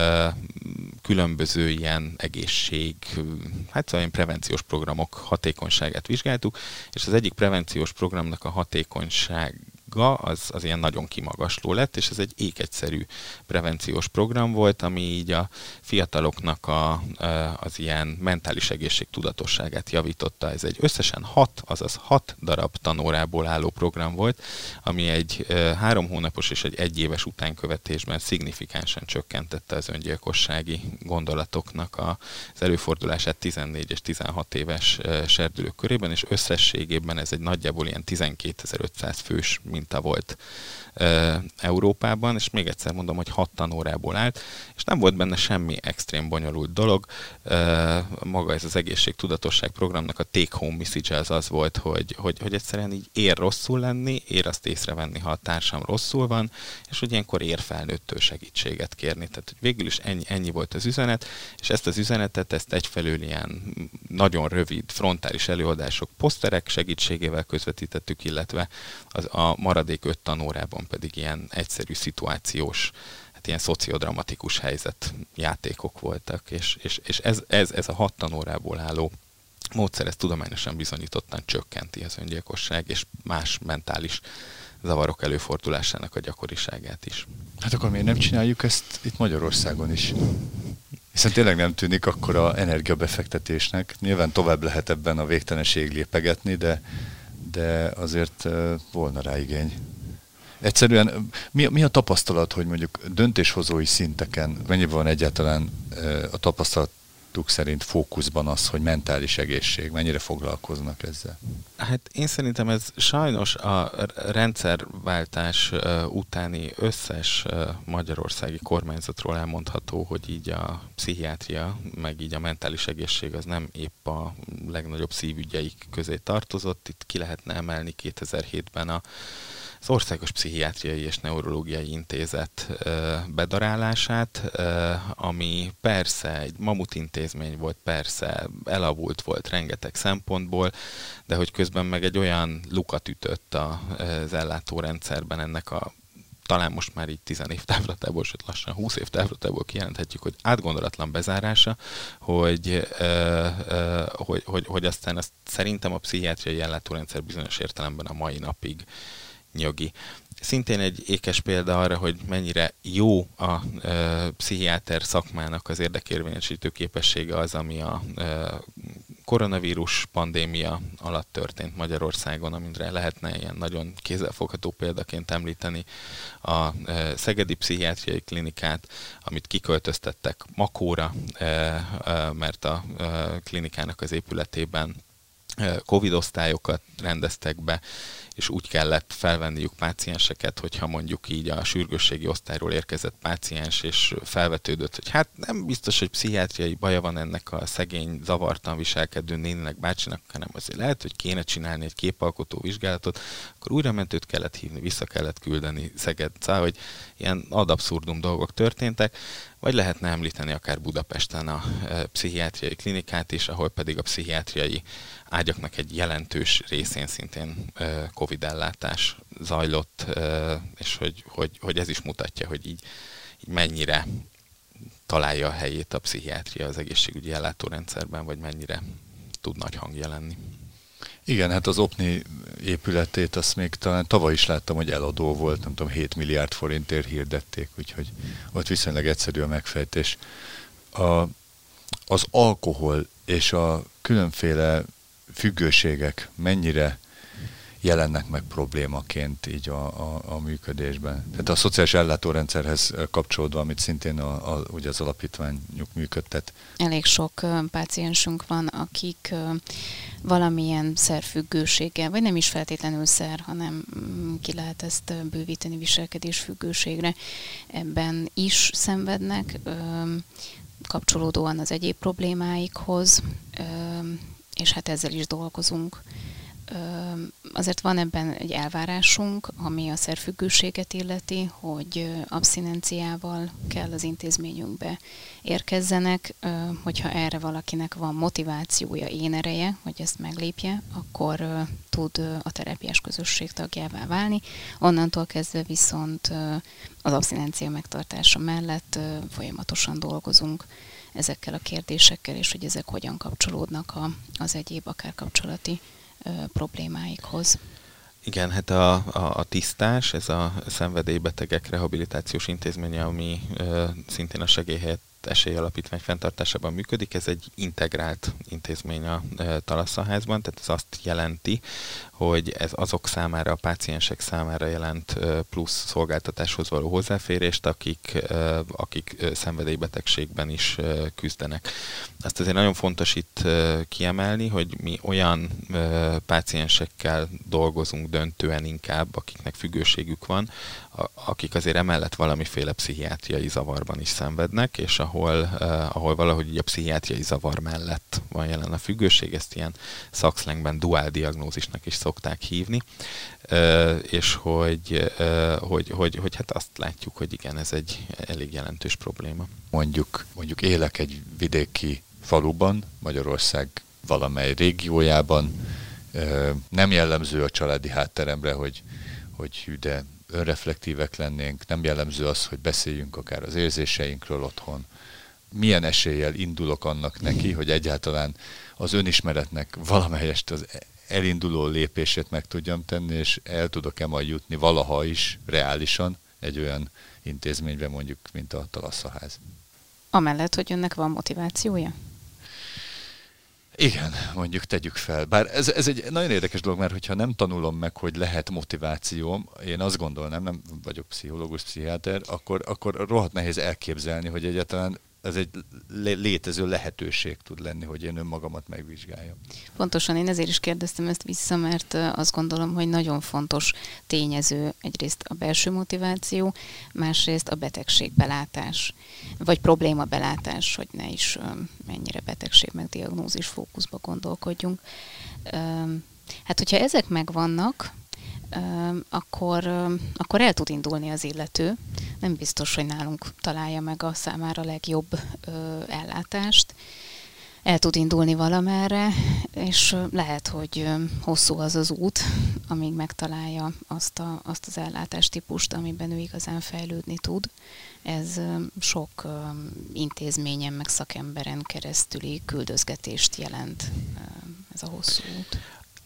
különböző ilyen egészség, szóval ilyen prevenciós programok hatékonyságát vizsgáltuk, és az egyik prevenciós programnak a hatékonysága az ilyen nagyon kimagasló lett, és ez egy égegyszerű prevenciós program volt, ami így a fiataloknak az ilyen mentális egészség tudatosságát javította. Ez egy összesen 6 darab tanórából álló program volt, ami egy 3 hónapos és egy 1 éves utánkövetésben szignifikánsan csökkentette az öngyilkossági gondolatoknak az előfordulását 14 és 16 éves serdülők körében, és összességében ez egy nagyjából ilyen 12.500 fős minta volt Európában, és még egyszer mondom, hogy 6 tanórából állt, és nem volt benne semmi extrém bonyolult dolog. Maga ez az egészségtudatosság programnak a take-home message az volt, hogy egyszerűen így ér rosszul lenni, ér azt észrevenni, ha a társam rosszul van, és hogy ilyenkor ér felnőttől segítséget kérni. Tehát végül is ennyi volt az üzenet, és ezt az üzenetet, ezt egyfelől ilyen nagyon rövid frontális előadások, poszterek segítségével közvetítettük, illetve a maradék 5 tanórában pedig ilyen egyszerű szituációs, ilyen szociodramatikus helyzet játékok voltak, és ez a 6 tanórából álló módszer, ez tudományosan bizonyítottan csökkenti az öngyilkosság és más mentális zavarok előfordulásának a gyakoriságát is. Hát akkor miért nem csináljuk ezt itt Magyarországon is? Hiszen tényleg nem tűnik akkora energiabefektetésnek. Nyilván tovább lehet ebben a végtelenség lépegetni, de azért volna rá igény. Egyszerűen mi a tapasztalat, hogy mondjuk döntéshozói szinteken mennyi van egyáltalán a tapasztalatuk szerint fókuszban az, hogy mentális egészség, mennyire foglalkoznak ezzel? Hát én szerintem ez sajnos a rendszerváltás utáni összes magyarországi kormányzatról elmondható, hogy így a pszichiátria, meg így a mentális egészség az nem épp a legnagyobb szívügyeik közé tartozott. Itt ki lehetne emelni 2007-ben az Országos Pszichiátriai és Neurológiai Intézet bedarálását, ami persze egy mamutintézmény volt, persze elavult volt rengeteg szempontból, de hogy közben meg egy olyan lukat ütött az ellátórendszerben ennek talán most már így 10 év távlatából, sőt lassan 20 év távlatából kijelenthetjük, hogy átgondolatlan bezárása, hogy aztán azt szerintem a pszichiátriai ellátórendszer bizonyos értelemben a mai napig nyögi. Szintén egy ékes példa arra, hogy mennyire jó a pszichiáter szakmának az érdekérvényesítő képessége az, ami a koronavírus pandémia alatt történt Magyarországon, amire lehetne ilyen nagyon kézzelfogható példaként említeni a Szegedi Pszichiátriai Klinikát, amit kiköltöztettek Makóra, mert a klinikának az épületében Covid osztályokat rendeztek be, és úgy kellett felvenniük pácienseket, hogyha mondjuk így a sürgősségi osztályról érkezett páciens, és felvetődött, hogy hát nem biztos, hogy pszichiátriai baja van ennek a szegény, zavartan viselkedő néninek, bácsinak, hanem azért lehet, hogy kéne csinálni egy képalkotó vizsgálatot, akkor újra mentőt kellett hívni, vissza kellett küldeni Szegedre, hogy ilyen ad abszurdum dolgok történtek, vagy lehetne említeni akár Budapesten a pszichiátriai klinikát is, ahol pedig a pszichiátriai ágyaknak egy jelentős részén szintén Covid ellátás zajlott, és hogy ez is mutatja, hogy így mennyire találja a helyét a pszichiátria az egészségügyi ellátórendszerben, vagy mennyire tud nagy hangja lenni. Igen, hát az OPNI épületét azt még talán tavaly is láttam, hogy eladó volt, nem tudom, 7 milliárd forintért hirdették, úgyhogy ott viszonylag egyszerű a megfejtés. Az alkohol és a különféle függőségek mennyire jelennek meg problémaként így a működésben. Tehát a szociális ellátórendszerhez kapcsolódva, amit szintén ugye az alapítványuk működtet. Elég sok páciensünk van, akik valamilyen szerfüggőséggel, vagy nem is feltétlenül szer, hanem ki lehet ezt bővíteni viselkedésfüggőségre. Ebben is szenvednek, kapcsolódóan az egyéb problémáikhoz, és hát ezzel is dolgozunk. Azért van ebben egy elvárásunk, ami a szerfüggőséget illeti, hogy abszinenciával kell az intézményünkbe érkezzenek, hogyha erre valakinek van motivációja, énereje, hogy ezt meglépje, akkor tud a terápiás közösség tagjává válni. Onnantól kezdve viszont az abszinencia megtartása mellett folyamatosan dolgozunk ezekkel a kérdésekkel, és hogy ezek hogyan kapcsolódnak az egyéb akár kapcsolati problémáikhoz. Igen, hát a tisztás, ez a szenvedélybetegek rehabilitációs intézménye, ami szintén a Segélyhelyett Esélyalapítvány fenntartásában működik, ez egy integrált intézmény a Talaszaházban, tehát ez azt jelenti, hogy ez azok számára, a páciensek számára jelent plusz szolgáltatáshoz való hozzáférést, akik szenvedélybetegségben is küzdenek. Azt azért nagyon fontos itt kiemelni, hogy mi olyan páciensekkel dolgozunk döntően inkább, akiknek függőségük van, akik azért emellett valamiféle pszichiátriai zavarban is szenvednek, és ahol valahogy így a pszichiátriai zavar mellett van jelen a függőség, ezt ilyen szakszlengben duál diagnózisnak is szokták hívni, és hogy hát azt látjuk, hogy igen, ez egy elég jelentős probléma. Mondjuk élek egy vidéki faluban, Magyarország valamely régiójában, nem jellemző a családi hátteremre, hogy hű, de önreflektívek lennénk, nem jellemző az, hogy beszéljünk akár az érzéseinkről otthon. Milyen eséllyel indulok annak neki, hogy egyáltalán az önismeretnek valamelyest az elinduló lépését meg tudjam tenni, és el tudok-e majd jutni valaha is reálisan egy olyan intézménybe, mondjuk, mint a Talaszaház. Amellett, hogy önnek van motivációja? Igen, mondjuk tegyük fel. Bár ez egy nagyon érdekes dolog, mert hogyha nem tanulom meg, hogy lehet motivációm, én azt gondolnám, nem vagyok pszichológus, pszichiáter, akkor rohadt nehéz elképzelni, hogy egyáltalán ez egy létező lehetőség tud lenni, hogy én önmagamat megvizsgáljam. Pontosan, én ezért is kérdeztem ezt vissza, mert azt gondolom, hogy nagyon fontos tényező egyrészt a belső motiváció, másrészt a betegségbelátás, vagy problémabelátás, hogy ne is mennyire betegség meg diagnózis fókuszba gondolkodjunk. Hát, hogyha ezek megvannak, akkor el tud indulni az illető. Nem biztos, hogy nálunk találja meg a számára legjobb ellátást. El tud indulni valamerre, és lehet, hogy hosszú az az út, amíg megtalálja azt az ellátástípust, amiben ő igazán fejlődni tud. Ez sok intézményen, meg szakemberen keresztüli küldözgetést jelent, ez a hosszú út.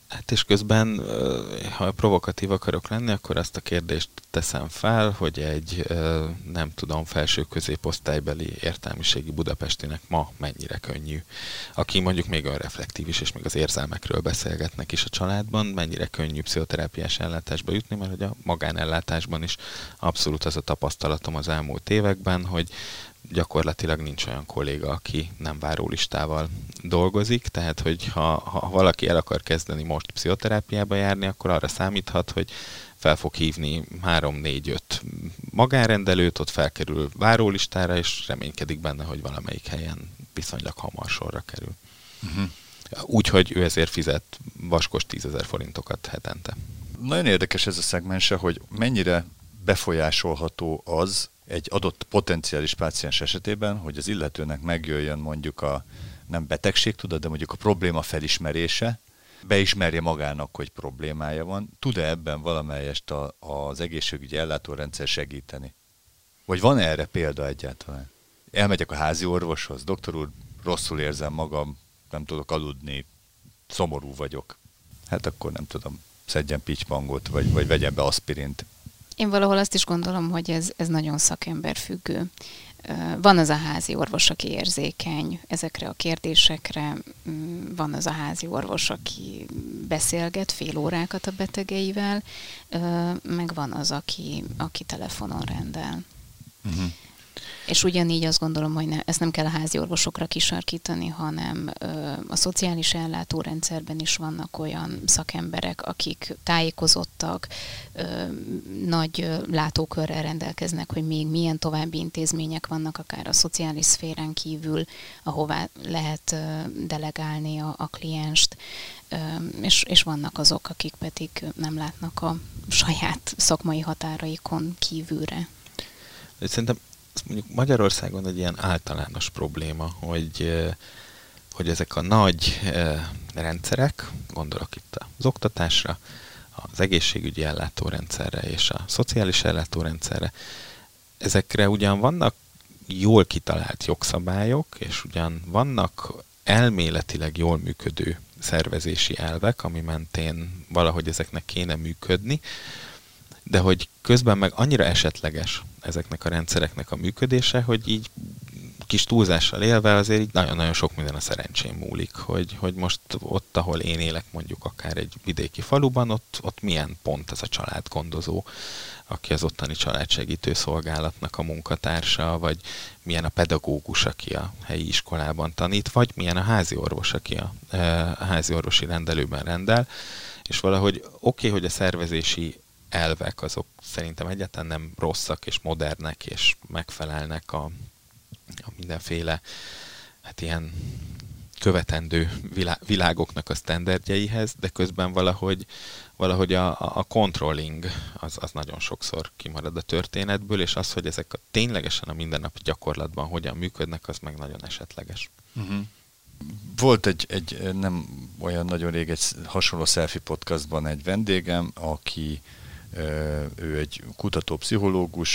Hát és közben, ha provokatív akarok lenni, akkor azt a kérdést teszem fel, hogy egy, nem tudom, felső középosztálybeli értelmiségi budapestinek ma mennyire könnyű. Aki mondjuk még önreflektív is, és még az érzelmekről beszélgetnek is a családban, mennyire könnyű pszichoterápiás ellátásba jutni, mert hogy a magánellátásban is abszolút az a tapasztalatom az elmúlt években, hogy gyakorlatilag nincs olyan kolléga, aki nem várólistával dolgozik, tehát hogy ha valaki el akar kezdeni most pszichoterápiába járni, akkor arra számíthat, hogy fel fog hívni 3-4-5 magánrendelőt, ott felkerül várólistára, és reménykedik benne, hogy valamelyik helyen viszonylag hamar sorra kerül. Úgyhogy ő ezért fizet vaskos 10 000 forintokat hetente. Nagyon érdekes ez a szegmense, hogy mennyire befolyásolható az egy adott potenciális páciens esetében, hogy az illetőnek megjöjjön mondjuk a nem betegségtudat, de mondjuk a probléma felismerése, beismerje magának, hogy problémája van. Tud-e ebben valamelyest az egészségügyi ellátórendszer segíteni? Vagy van erre példa egyáltalán? Elmegyek a házi orvoshoz, doktor úr, rosszul érzem magam, nem tudok aludni, szomorú vagyok. Hát akkor nem tudom, szedjen pittypangot, vagy vegyen be aspirint. Én valahol azt is gondolom, hogy ez nagyon szakemberfüggő. Van az a házi orvos, aki érzékeny ezekre a kérdésekre, van az a házi orvos, aki beszélget fél órákat a betegeivel, meg van az, aki telefonon rendel. Uh-huh. És ugyanígy azt gondolom, hogy ezt nem kell a házi orvosokra kisarkítani, hanem a szociális ellátórendszerben is vannak olyan szakemberek, akik tájékozottak, nagy látókörrel rendelkeznek, hogy még milyen további intézmények vannak, akár a szociális szférán kívül, ahová lehet delegálni a klienst, és vannak azok, akik pedig nem látnak a saját szakmai határaikon kívülre. Szerintem mondjuk Magyarországon egy ilyen általános probléma, hogy ezek a nagy rendszerek, gondolok itt az oktatásra, az egészségügyi ellátórendszerre és a szociális ellátórendszerre, ezekre ugyan vannak jól kitalált jogszabályok, és ugyan vannak elméletileg jól működő szervezési elvek, ami mentén valahogy ezeknek kéne működni, de hogy közben meg annyira esetleges ezeknek a rendszereknek a működése, hogy így kis túlzással élve azért így nagyon-nagyon sok minden a szerencsén múlik, hogy most ott, ahol én élek, mondjuk akár egy vidéki faluban, ott milyen pont ez a családgondozó, aki az ottani családsegítő szolgálatnak a munkatársa, vagy milyen a pedagógus, aki a helyi iskolában tanít, vagy milyen a háziorvos, aki a háziorvosi rendelőben rendel, és valahogy oké, hogy a szervezési elvek azok szerintem egyáltalán nem rosszak és modernek, és megfelelnek a mindenféle hát ilyen követendő világoknak a sztenderdjeihez, de közben valahogy a controlling az nagyon sokszor kimarad a történetből, és az, hogy ezek ténylegesen a mindennapi gyakorlatban hogyan működnek, az meg nagyon esetleges. Uh-huh. Volt egy nem olyan nagyon rég egy hasonló selfie podcastban egy vendégem, aki ő egy kutatópszichológus,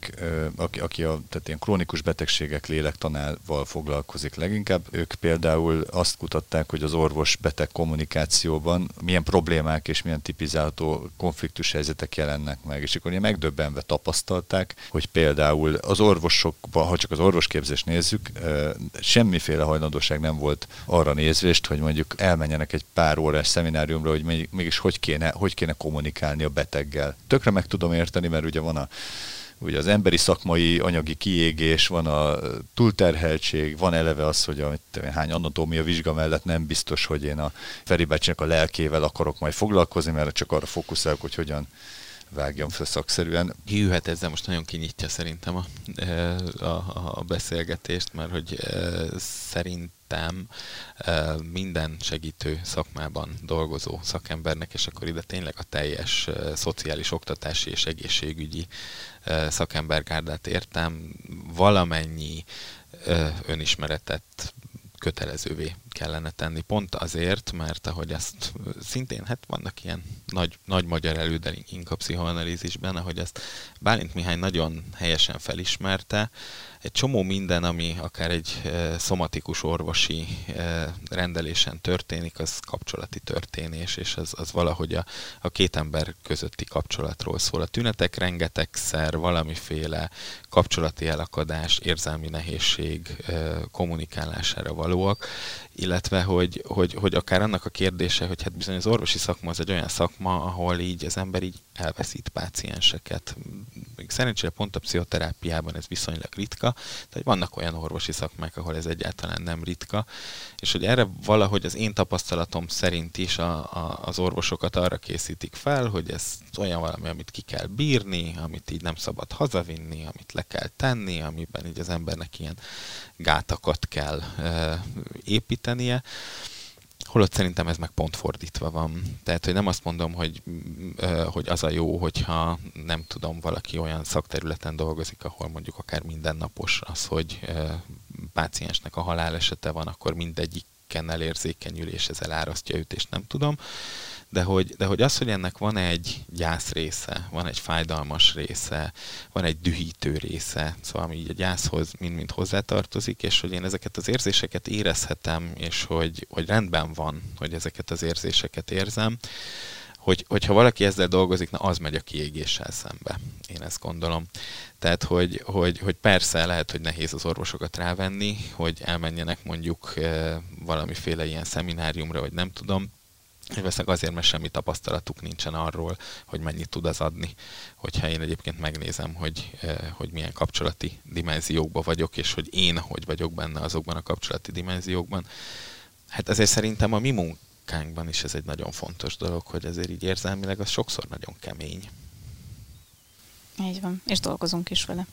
aki tehát ilyen krónikus betegségek lélektanával foglalkozik leginkább. Ők például azt kutatták, hogy az orvos-beteg kommunikációban milyen problémák és milyen tipizálható konfliktus helyzetek jelennek meg. És akkor megdöbbenve tapasztalták, hogy például az orvosokban, ha csak az orvosképzést nézzük, semmiféle hajlandóság nem volt arra nézvést, hogy mondjuk elmenjenek egy pár órás szemináriumra, hogy mégis hogy kéne kommunikálni a beteggel. Tökre meg tudom érteni, mert ugye van ugye az emberi szakmai anyagi kiégés, van a túlterheltség, van eleve az, hogy hány anatómia vizsga mellett nem biztos, hogy én a Feri bácsinak a lelkével akarok majd foglalkozni, mert csak arra fókuszálok, hogy hogyan vágjam fel szakszerűen. Hát ezzel most nagyon kinyitja szerintem a beszélgetést, mert hogy szerintem minden segítő szakmában dolgozó szakembernek, és akkor ide tényleg a teljes szociális, oktatási és egészségügyi szakembergárdát értem, valamennyi önismeretet kötelezővé kellene tenni. Pont azért, mert ahogy ezt szintén, hát vannak ilyen nagy magyar elődeink a pszichoanalízisben, ahogy ezt Bálint Mihály nagyon helyesen felismerte, egy csomó minden, ami akár egy szomatikus orvosi rendelésen történik, az kapcsolati történés, és az valahogy a két ember közötti kapcsolatról szól. A tünetek rengetegszer valamiféle kapcsolati elakadás, érzelmi nehézség kommunikálására valóak, illetve hogy akár annak a kérdése, hogy hát bizony az orvosi szakma az egy olyan szakma, ahol így az ember így elveszít pácienseket. Szerencsére pont a pszichoterápiában ez viszonylag ritka, tehát vannak olyan orvosi szakmák, ahol ez egyáltalán nem ritka, és hogy erre valahogy az én tapasztalatom szerint is az orvosokat arra készítik fel, hogy ez olyan valami, amit ki kell bírni, amit így nem szabad hazavinni, amit le kell tenni, amiben így az embernek ilyen gátakat kell építenie. Holott szerintem ez meg pont fordítva van. Tehát, hogy nem azt mondom, hogy az a jó, hogyha nem tudom, valaki olyan szakterületen dolgozik, ahol mondjuk akár mindennapos az, hogy páciensnek a halálesete van, akkor mindegyiken elérzékenyül, és ez elárasztja őt, és nem tudom. De hogy az, hogy ennek van egy gyász része, van egy fájdalmas része, van egy dühítő része, szóval ami így a gyászhoz mind-mind hozzátartozik, és hogy én ezeket az érzéseket érezhetem, és hogy rendben van, hogy ezeket az érzéseket érzem, hogyha valaki ezzel dolgozik, na az megy a kiégéssel szembe. Én ezt gondolom. Tehát, hogy persze lehet, hogy nehéz az orvosokat rávenni, hogy elmenjenek mondjuk valamiféle ilyen szemináriumra, vagy nem tudom, vesznek azért, mert semmi tapasztalatuk nincsen arról, hogy mennyit tud az adni. Hogyha én egyébként megnézem, hogy milyen kapcsolati dimenziókban vagyok, és hogy én hogy vagyok benne azokban a kapcsolati dimenziókban. Hát ezért szerintem a mi munkánkban is ez egy nagyon fontos dolog, hogy ezért így érzelmileg az sokszor nagyon kemény. Így van, és dolgozunk is vele.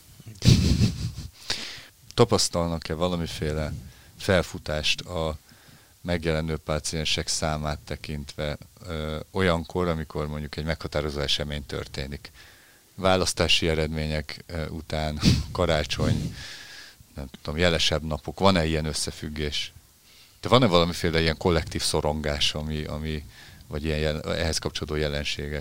Tapasztalnak-e valamiféle felfutást a megjelenő páciensek számát tekintve olyankor, amikor mondjuk egy meghatározó esemény történik? Választási eredmények után, karácsony, nem tudom, jelesebb napok, van-e ilyen összefüggés? De van-e valamiféle ilyen kollektív szorongás, vagy ilyen ehhez kapcsolódó jelenségek?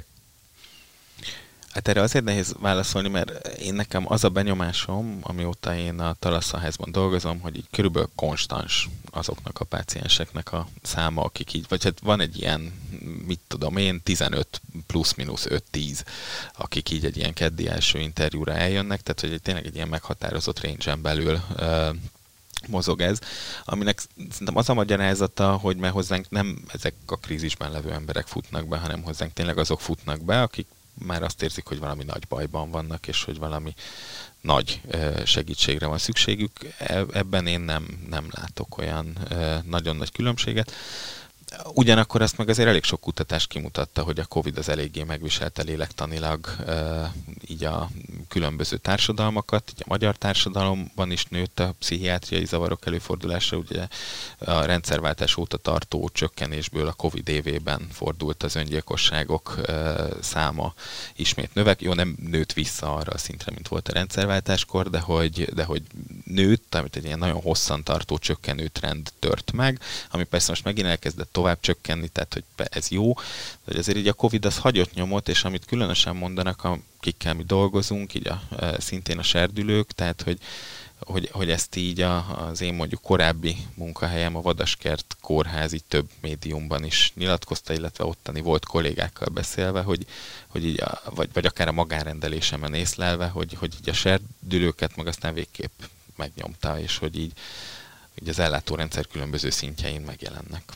Hát erre azért nehéz válaszolni, mert nekem az a benyomásom, amióta én a Talaszaházban dolgozom, hogy így körülbelül konstans azoknak a pácienseknek a száma, akik így, vagy hát van egy ilyen, mit tudom én, 15 plusz-minusz 5-10, akik így egy ilyen keddi első interjúra eljönnek, tehát hogy tényleg egy ilyen meghatározott range-en belül mozog ez, aminek szerintem az a magyarázata, hogy mert hozzánk nem ezek a krízisben levő emberek futnak be, hanem hozzánk tényleg azok futnak be, akik már azt érzik, hogy valami nagy bajban vannak, és hogy valami nagy segítségre van szükségük. Ebben én nem látok olyan nagyon nagy különbséget. Ugyanakkor azt meg azért elég sok kutatás kimutatta, hogy a Covid az eléggé megviselte lélektanilag így a különböző társadalmakat. Így a magyar társadalomban is nőtt a pszichiátriai zavarok előfordulása, ugye a rendszerváltás óta tartó csökkenésből a Covid évében fordult az öngyilkosságok száma ismét növek. Jó, nem nőtt vissza arra a szintre, mint volt a rendszerváltáskor, de hogy nőtt, amit egy ilyen nagyon hosszan tartó csökkenő trend tört meg, ami persze most megint elkezdett tovább csökkenni, tehát hogy ez jó, de azért így a Covid az hagyott nyomot, és amit különösen mondanak, akikkel mi dolgozunk, így szintén a serdülők, tehát hogy ezt így az én mondjuk korábbi munkahelyem, a Vadaskert Kórház így több médiumban is nyilatkozta, illetve ottani volt kollégákkal beszélve, hogy így vagy akár a magánrendelésemen észlelve, hogy így a serdülőket meg aztán végképp megnyomta, és hogy így az ellátórendszer különböző szintjein megjelennek.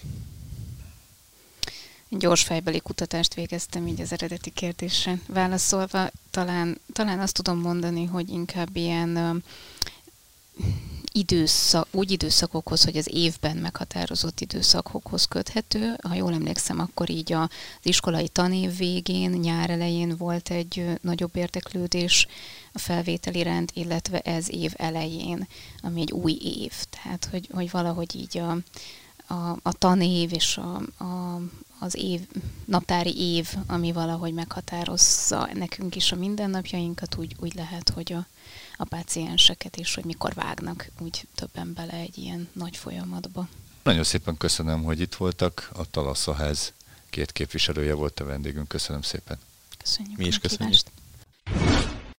Gyors fejbeli kutatást végeztem így az eredeti kérdésre válaszolva. Talán azt tudom mondani, hogy inkább ilyen időszakokhoz, hogy az évben meghatározott időszakokhoz köthető. Ha jól emlékszem, akkor így az iskolai tanév végén, nyár elején volt egy nagyobb érdeklődés a felvétel iránt, illetve ez év elején, ami egy új év. Tehát, hogy valahogy így a tanév és az év, naptári év, ami valahogy meghatározza nekünk is a mindennapjainkat, úgy lehet, hogy a pácienseket is, hogy mikor vágnak úgy többen bele egy ilyen nagy folyamatba. Nagyon szépen köszönöm, hogy itt voltak. A Talaszaház 2 képviselője volt a vendégünk. Köszönöm szépen. Köszönjük. Mi is köszönjük.